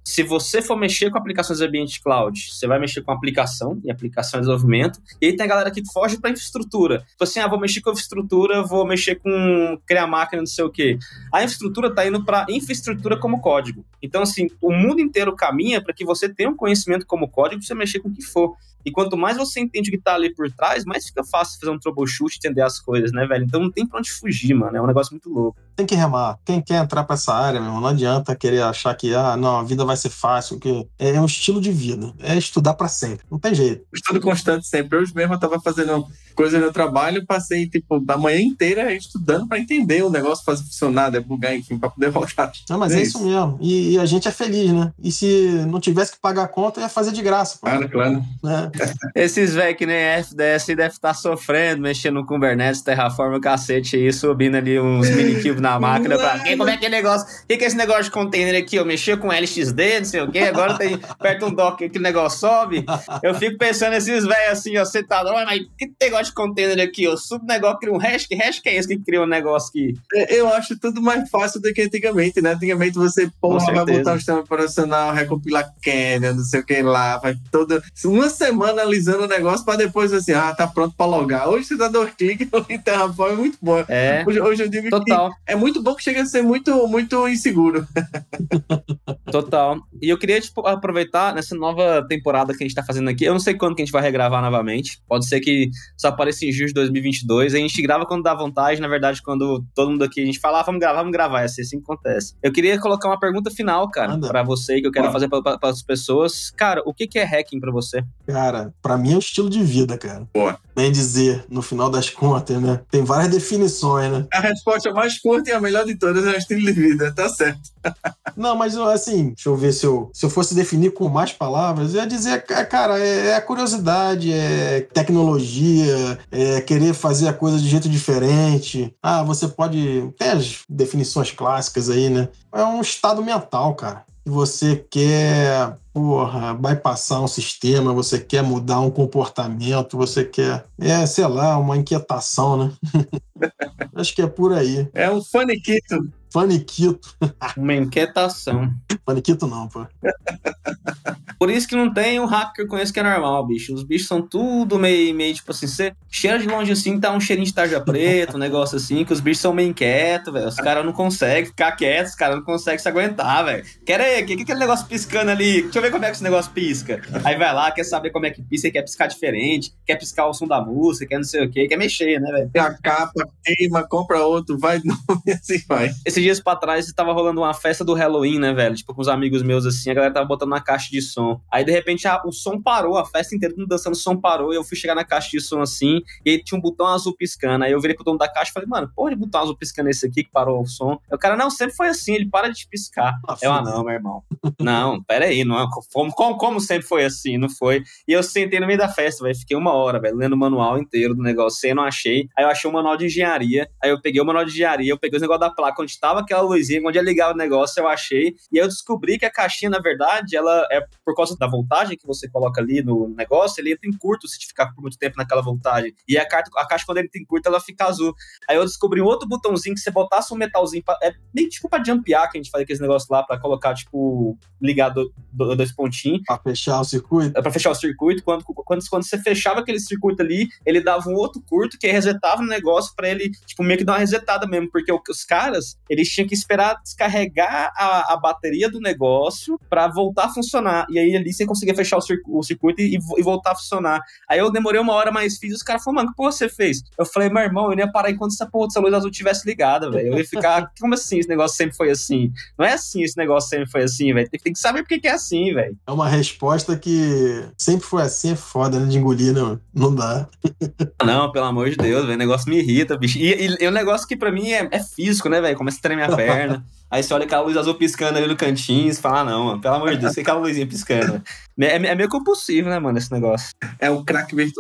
se você for mexer com aplicações de ambiente cloud, você vai mexer com aplicação, e aplicação de desenvolvimento, e aí tem a galera que foge para infraestrutura. Então assim, vou mexer com infraestrutura, vou mexer com criar máquina, não sei o quê. A infraestrutura tá indo para infraestrutura como código. Então assim, o mundo inteiro caminha para que você tenha um conhecimento como código para você mexer com o que for. E quanto mais você entende o que tá ali por trás, mais fica fácil fazer um troubleshoot, entender as coisas, né, velho? Então não tem pra onde fugir, mano. É um negócio muito louco. Tem que remar. Quem quer entrar pra essa área, meu irmão, não adianta querer achar que, não, a vida vai ser fácil, porque é um estilo de vida. É estudar pra sempre. Não tem jeito. Estudo constante sempre. Hoje mesmo eu tava fazendo coisa no trabalho, passei, tipo, a manhã inteira estudando pra entender o negócio, fazer funcionar, debugar, enfim, pra poder voltar. Não, mas é isso mesmo. E a gente é feliz, né? E se não tivesse que pagar a conta, ia fazer de graça. Pô. Claro. Esses velhos que nem FDS devem estar sofrendo, mexendo no Kubernetes, Terraform, o cacete aí, subindo ali uns mini-cubes na máquina pra... Como é que é negócio? O que é esse negócio de container aqui? Eu mexia com LXD, não sei o quê, agora tem perto um dock que o negócio sobe. Eu fico pensando nesses velhos assim, ó, sentado, mas que negócio de container aqui? Eu subo o negócio, crio um hash, que hash que é esse que cria um negócio aqui? Eu acho tudo mais fácil do que antigamente, né? Antigamente você, vai botar o sistema operacional, recopilar kernel, não sei o que lá, vai toda... Uma semana analisando o negócio pra depois assim, tá pronto pra logar. Hoje você dá 2 cliques em Terraform, é muito bom. Hoje eu digo total. Que é muito bom que chega a ser muito, muito inseguro. Total. E eu queria, aproveitar nessa nova temporada que a gente tá fazendo aqui, eu não sei quando que a gente vai regravar novamente, pode ser que só apareça em julho de 2022, a gente grava quando dá vontade, na verdade, quando todo mundo aqui, a gente fala, vamos gravar, é assim que acontece. Eu queria colocar uma pergunta final, cara, pra você, que eu quero fazer para as pessoas. Cara, o que é hacking pra você? Cara, pra mim é um estilo de vida, cara. Boa. Bem dizer, no final das contas, né? Tem várias definições, né? A resposta mais curta e a melhor de todas é o estilo de vida, tá certo. Não, mas assim, deixa eu ver se eu fosse definir com mais palavras, eu ia dizer, cara, é a curiosidade, é tecnologia, é querer fazer a coisa de jeito diferente. Você pode... Tem as definições clássicas aí, né? É um estado mental, cara. Você quer, bypassar um sistema, você quer mudar um comportamento, você quer, sei lá, uma inquietação, né? Acho que é por aí. É um faniquito. Uma inquietação. Faniquito não, pô. Por isso que não tem um hacker que eu conheço que é normal, bicho. Os bichos são tudo meio tipo assim, você cheira de longe assim, tá um cheirinho de tarja preta, um negócio assim, que os bichos são meio inquietos, velho. Os caras não conseguem ficar quietos, os caras não conseguem se aguentar, velho. Quer aí, que é aquele negócio piscando ali? Deixa eu ver como é que esse negócio pisca. Aí vai lá, quer saber como é que pisca, quer piscar diferente, quer piscar o som da música, quer não sei o quê, quer mexer, né, velho? Tem a capa, queima, compra outro, vai de novo e assim vai. Esses dias pra trás, tava rolando uma festa do Halloween, né, velho? Tipo, com os amigos meus, assim, a galera tava botando na caixa de som. Aí, de repente, o som parou, a festa inteira, todo mundo dançando, o som parou, e eu fui chegar na caixa de som, assim, e aí tinha um botão azul piscando. Aí eu virei pro dono da caixa e falei, mano, porra de botão azul piscando esse aqui que parou o som? Aí o cara, não, sempre foi assim, ele para de piscar. Não, meu irmão. Não, peraí, não, como sempre foi assim, não foi? E eu sentei no meio da festa, velho, fiquei 1 hora, velho, lendo o manual inteiro do negócio, eu não achei. Aí eu achei o manual de engenharia, aí eu peguei o manual de engenharia, eu peguei os negócios da placa, onde tava aquela luzinha, onde ia ligar o negócio, eu achei, e aí eu descobri que a caixinha, na verdade, ela é por causa da voltagem que você coloca ali no negócio, ele entra em curto se ficar por muito tempo naquela voltagem, e a caixa, quando ele entra em curto, ela fica azul. Aí eu descobri um outro botãozinho que você botasse um metalzinho, é meio tipo pra jumpear, que a gente faz aquele negócio lá, pra colocar, tipo, ligar 2 pontinhos. Pra fechar o circuito? Pra fechar o circuito, quando você fechava aquele circuito ali, ele dava um outro curto que resetava o negócio pra ele, tipo, meio que dar uma resetada mesmo, porque os caras, eles tinham que esperar descarregar a bateria do negócio pra voltar a funcionar, e aí ali você conseguia fechar o circuito e voltar a funcionar. Aí eu demorei 1 hora mais, fiz, os caras falaram, mano, que porra você fez? Eu falei, meu irmão, eu não ia parar enquanto essa luz azul tivesse ligada, velho. Eu ia ficar, como assim esse negócio sempre foi assim? Não é assim esse negócio sempre foi assim, velho. Tem que saber por que é assim, velho. É uma resposta que sempre foi assim, é foda, né, de engolir, não dá. Não, pelo amor de Deus, velho, o negócio me irrita, bicho. E é um negócio que pra mim é físico, né, velho? Começa a tremer a perna. Aí você olha aquela luz azul piscando ali no cantinho e você fala, não, mano, pelo amor de Deus, fica aquela luzinha piscando. É meio compulsivo, né, mano, esse negócio. É um crack virtual.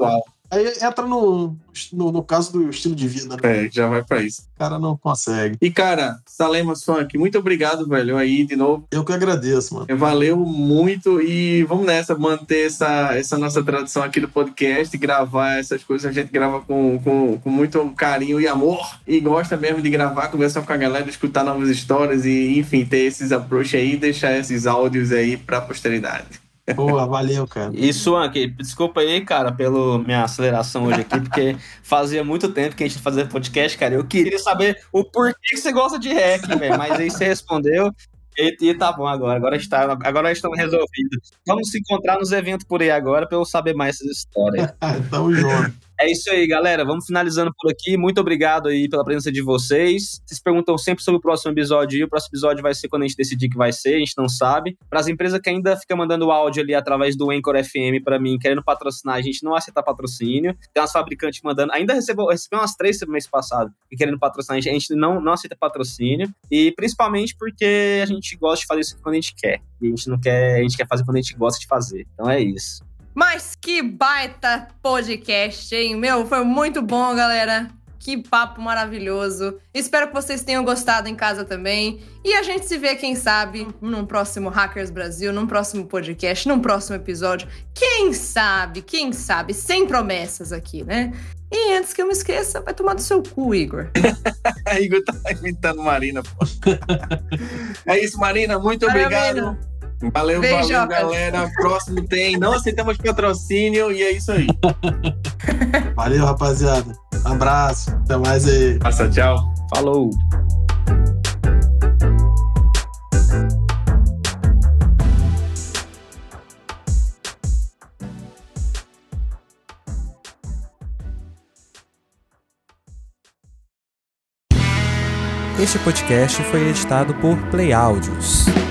Aí entra no caso do estilo de vida, né? Já vai pra isso. O cara não consegue. E, cara, Salemas Funk, muito obrigado, velho, aí de novo. Eu que agradeço, mano. Valeu muito e vamos nessa, manter essa nossa tradição aqui do podcast, gravar essas coisas, a gente grava com muito carinho e amor e gosta mesmo de gravar, conversar com a galera, escutar novas histórias e, enfim, ter esses approach aí e deixar esses áudios aí pra posteridade. Boa, valeu, cara. E Swank, desculpa aí, cara, pela minha aceleração hoje aqui, porque fazia muito tempo que a gente fazia podcast, cara. Eu queria saber o porquê que você gosta de hack, velho. Mas aí você respondeu e tá bom agora. Agora estamos resolvidos. Vamos se encontrar nos eventos por aí agora pra eu saber mais essas histórias. Tamo junto. É isso aí, galera. Vamos finalizando por aqui. Muito obrigado aí pela presença de vocês. Vocês perguntam sempre sobre o próximo episódio e o próximo episódio vai ser quando a gente decidir que vai ser, a gente não sabe. Para as empresas que ainda ficam mandando áudio ali através do Anchor FM para mim, querendo patrocinar, a gente não aceita patrocínio. Tem umas fabricantes mandando, ainda recebi umas 3 no mês passado e querendo patrocinar, a gente não aceita patrocínio. E principalmente porque a gente gosta de fazer isso quando a gente quer. E a gente quer fazer quando a gente gosta de fazer. Então é isso. Mas que baita podcast, hein? Meu, foi muito bom, galera. Que papo maravilhoso. Espero que vocês tenham gostado em casa também. E a gente se vê, quem sabe, num próximo Hackers Brasil, num próximo podcast, num próximo episódio. Quem sabe, sem promessas aqui, né? E antes que eu me esqueça, vai tomar do seu cu, Igor. Igor tá imitando Marina, pô. É isso, Marina. Muito obrigado. Marina. Valeu, galera. Próximo tem. Não aceitamos patrocínio e é isso aí. Valeu, rapaziada. Abraço. Até mais aí. Passa, tchau. Falou. Este podcast foi editado por Play Áudios.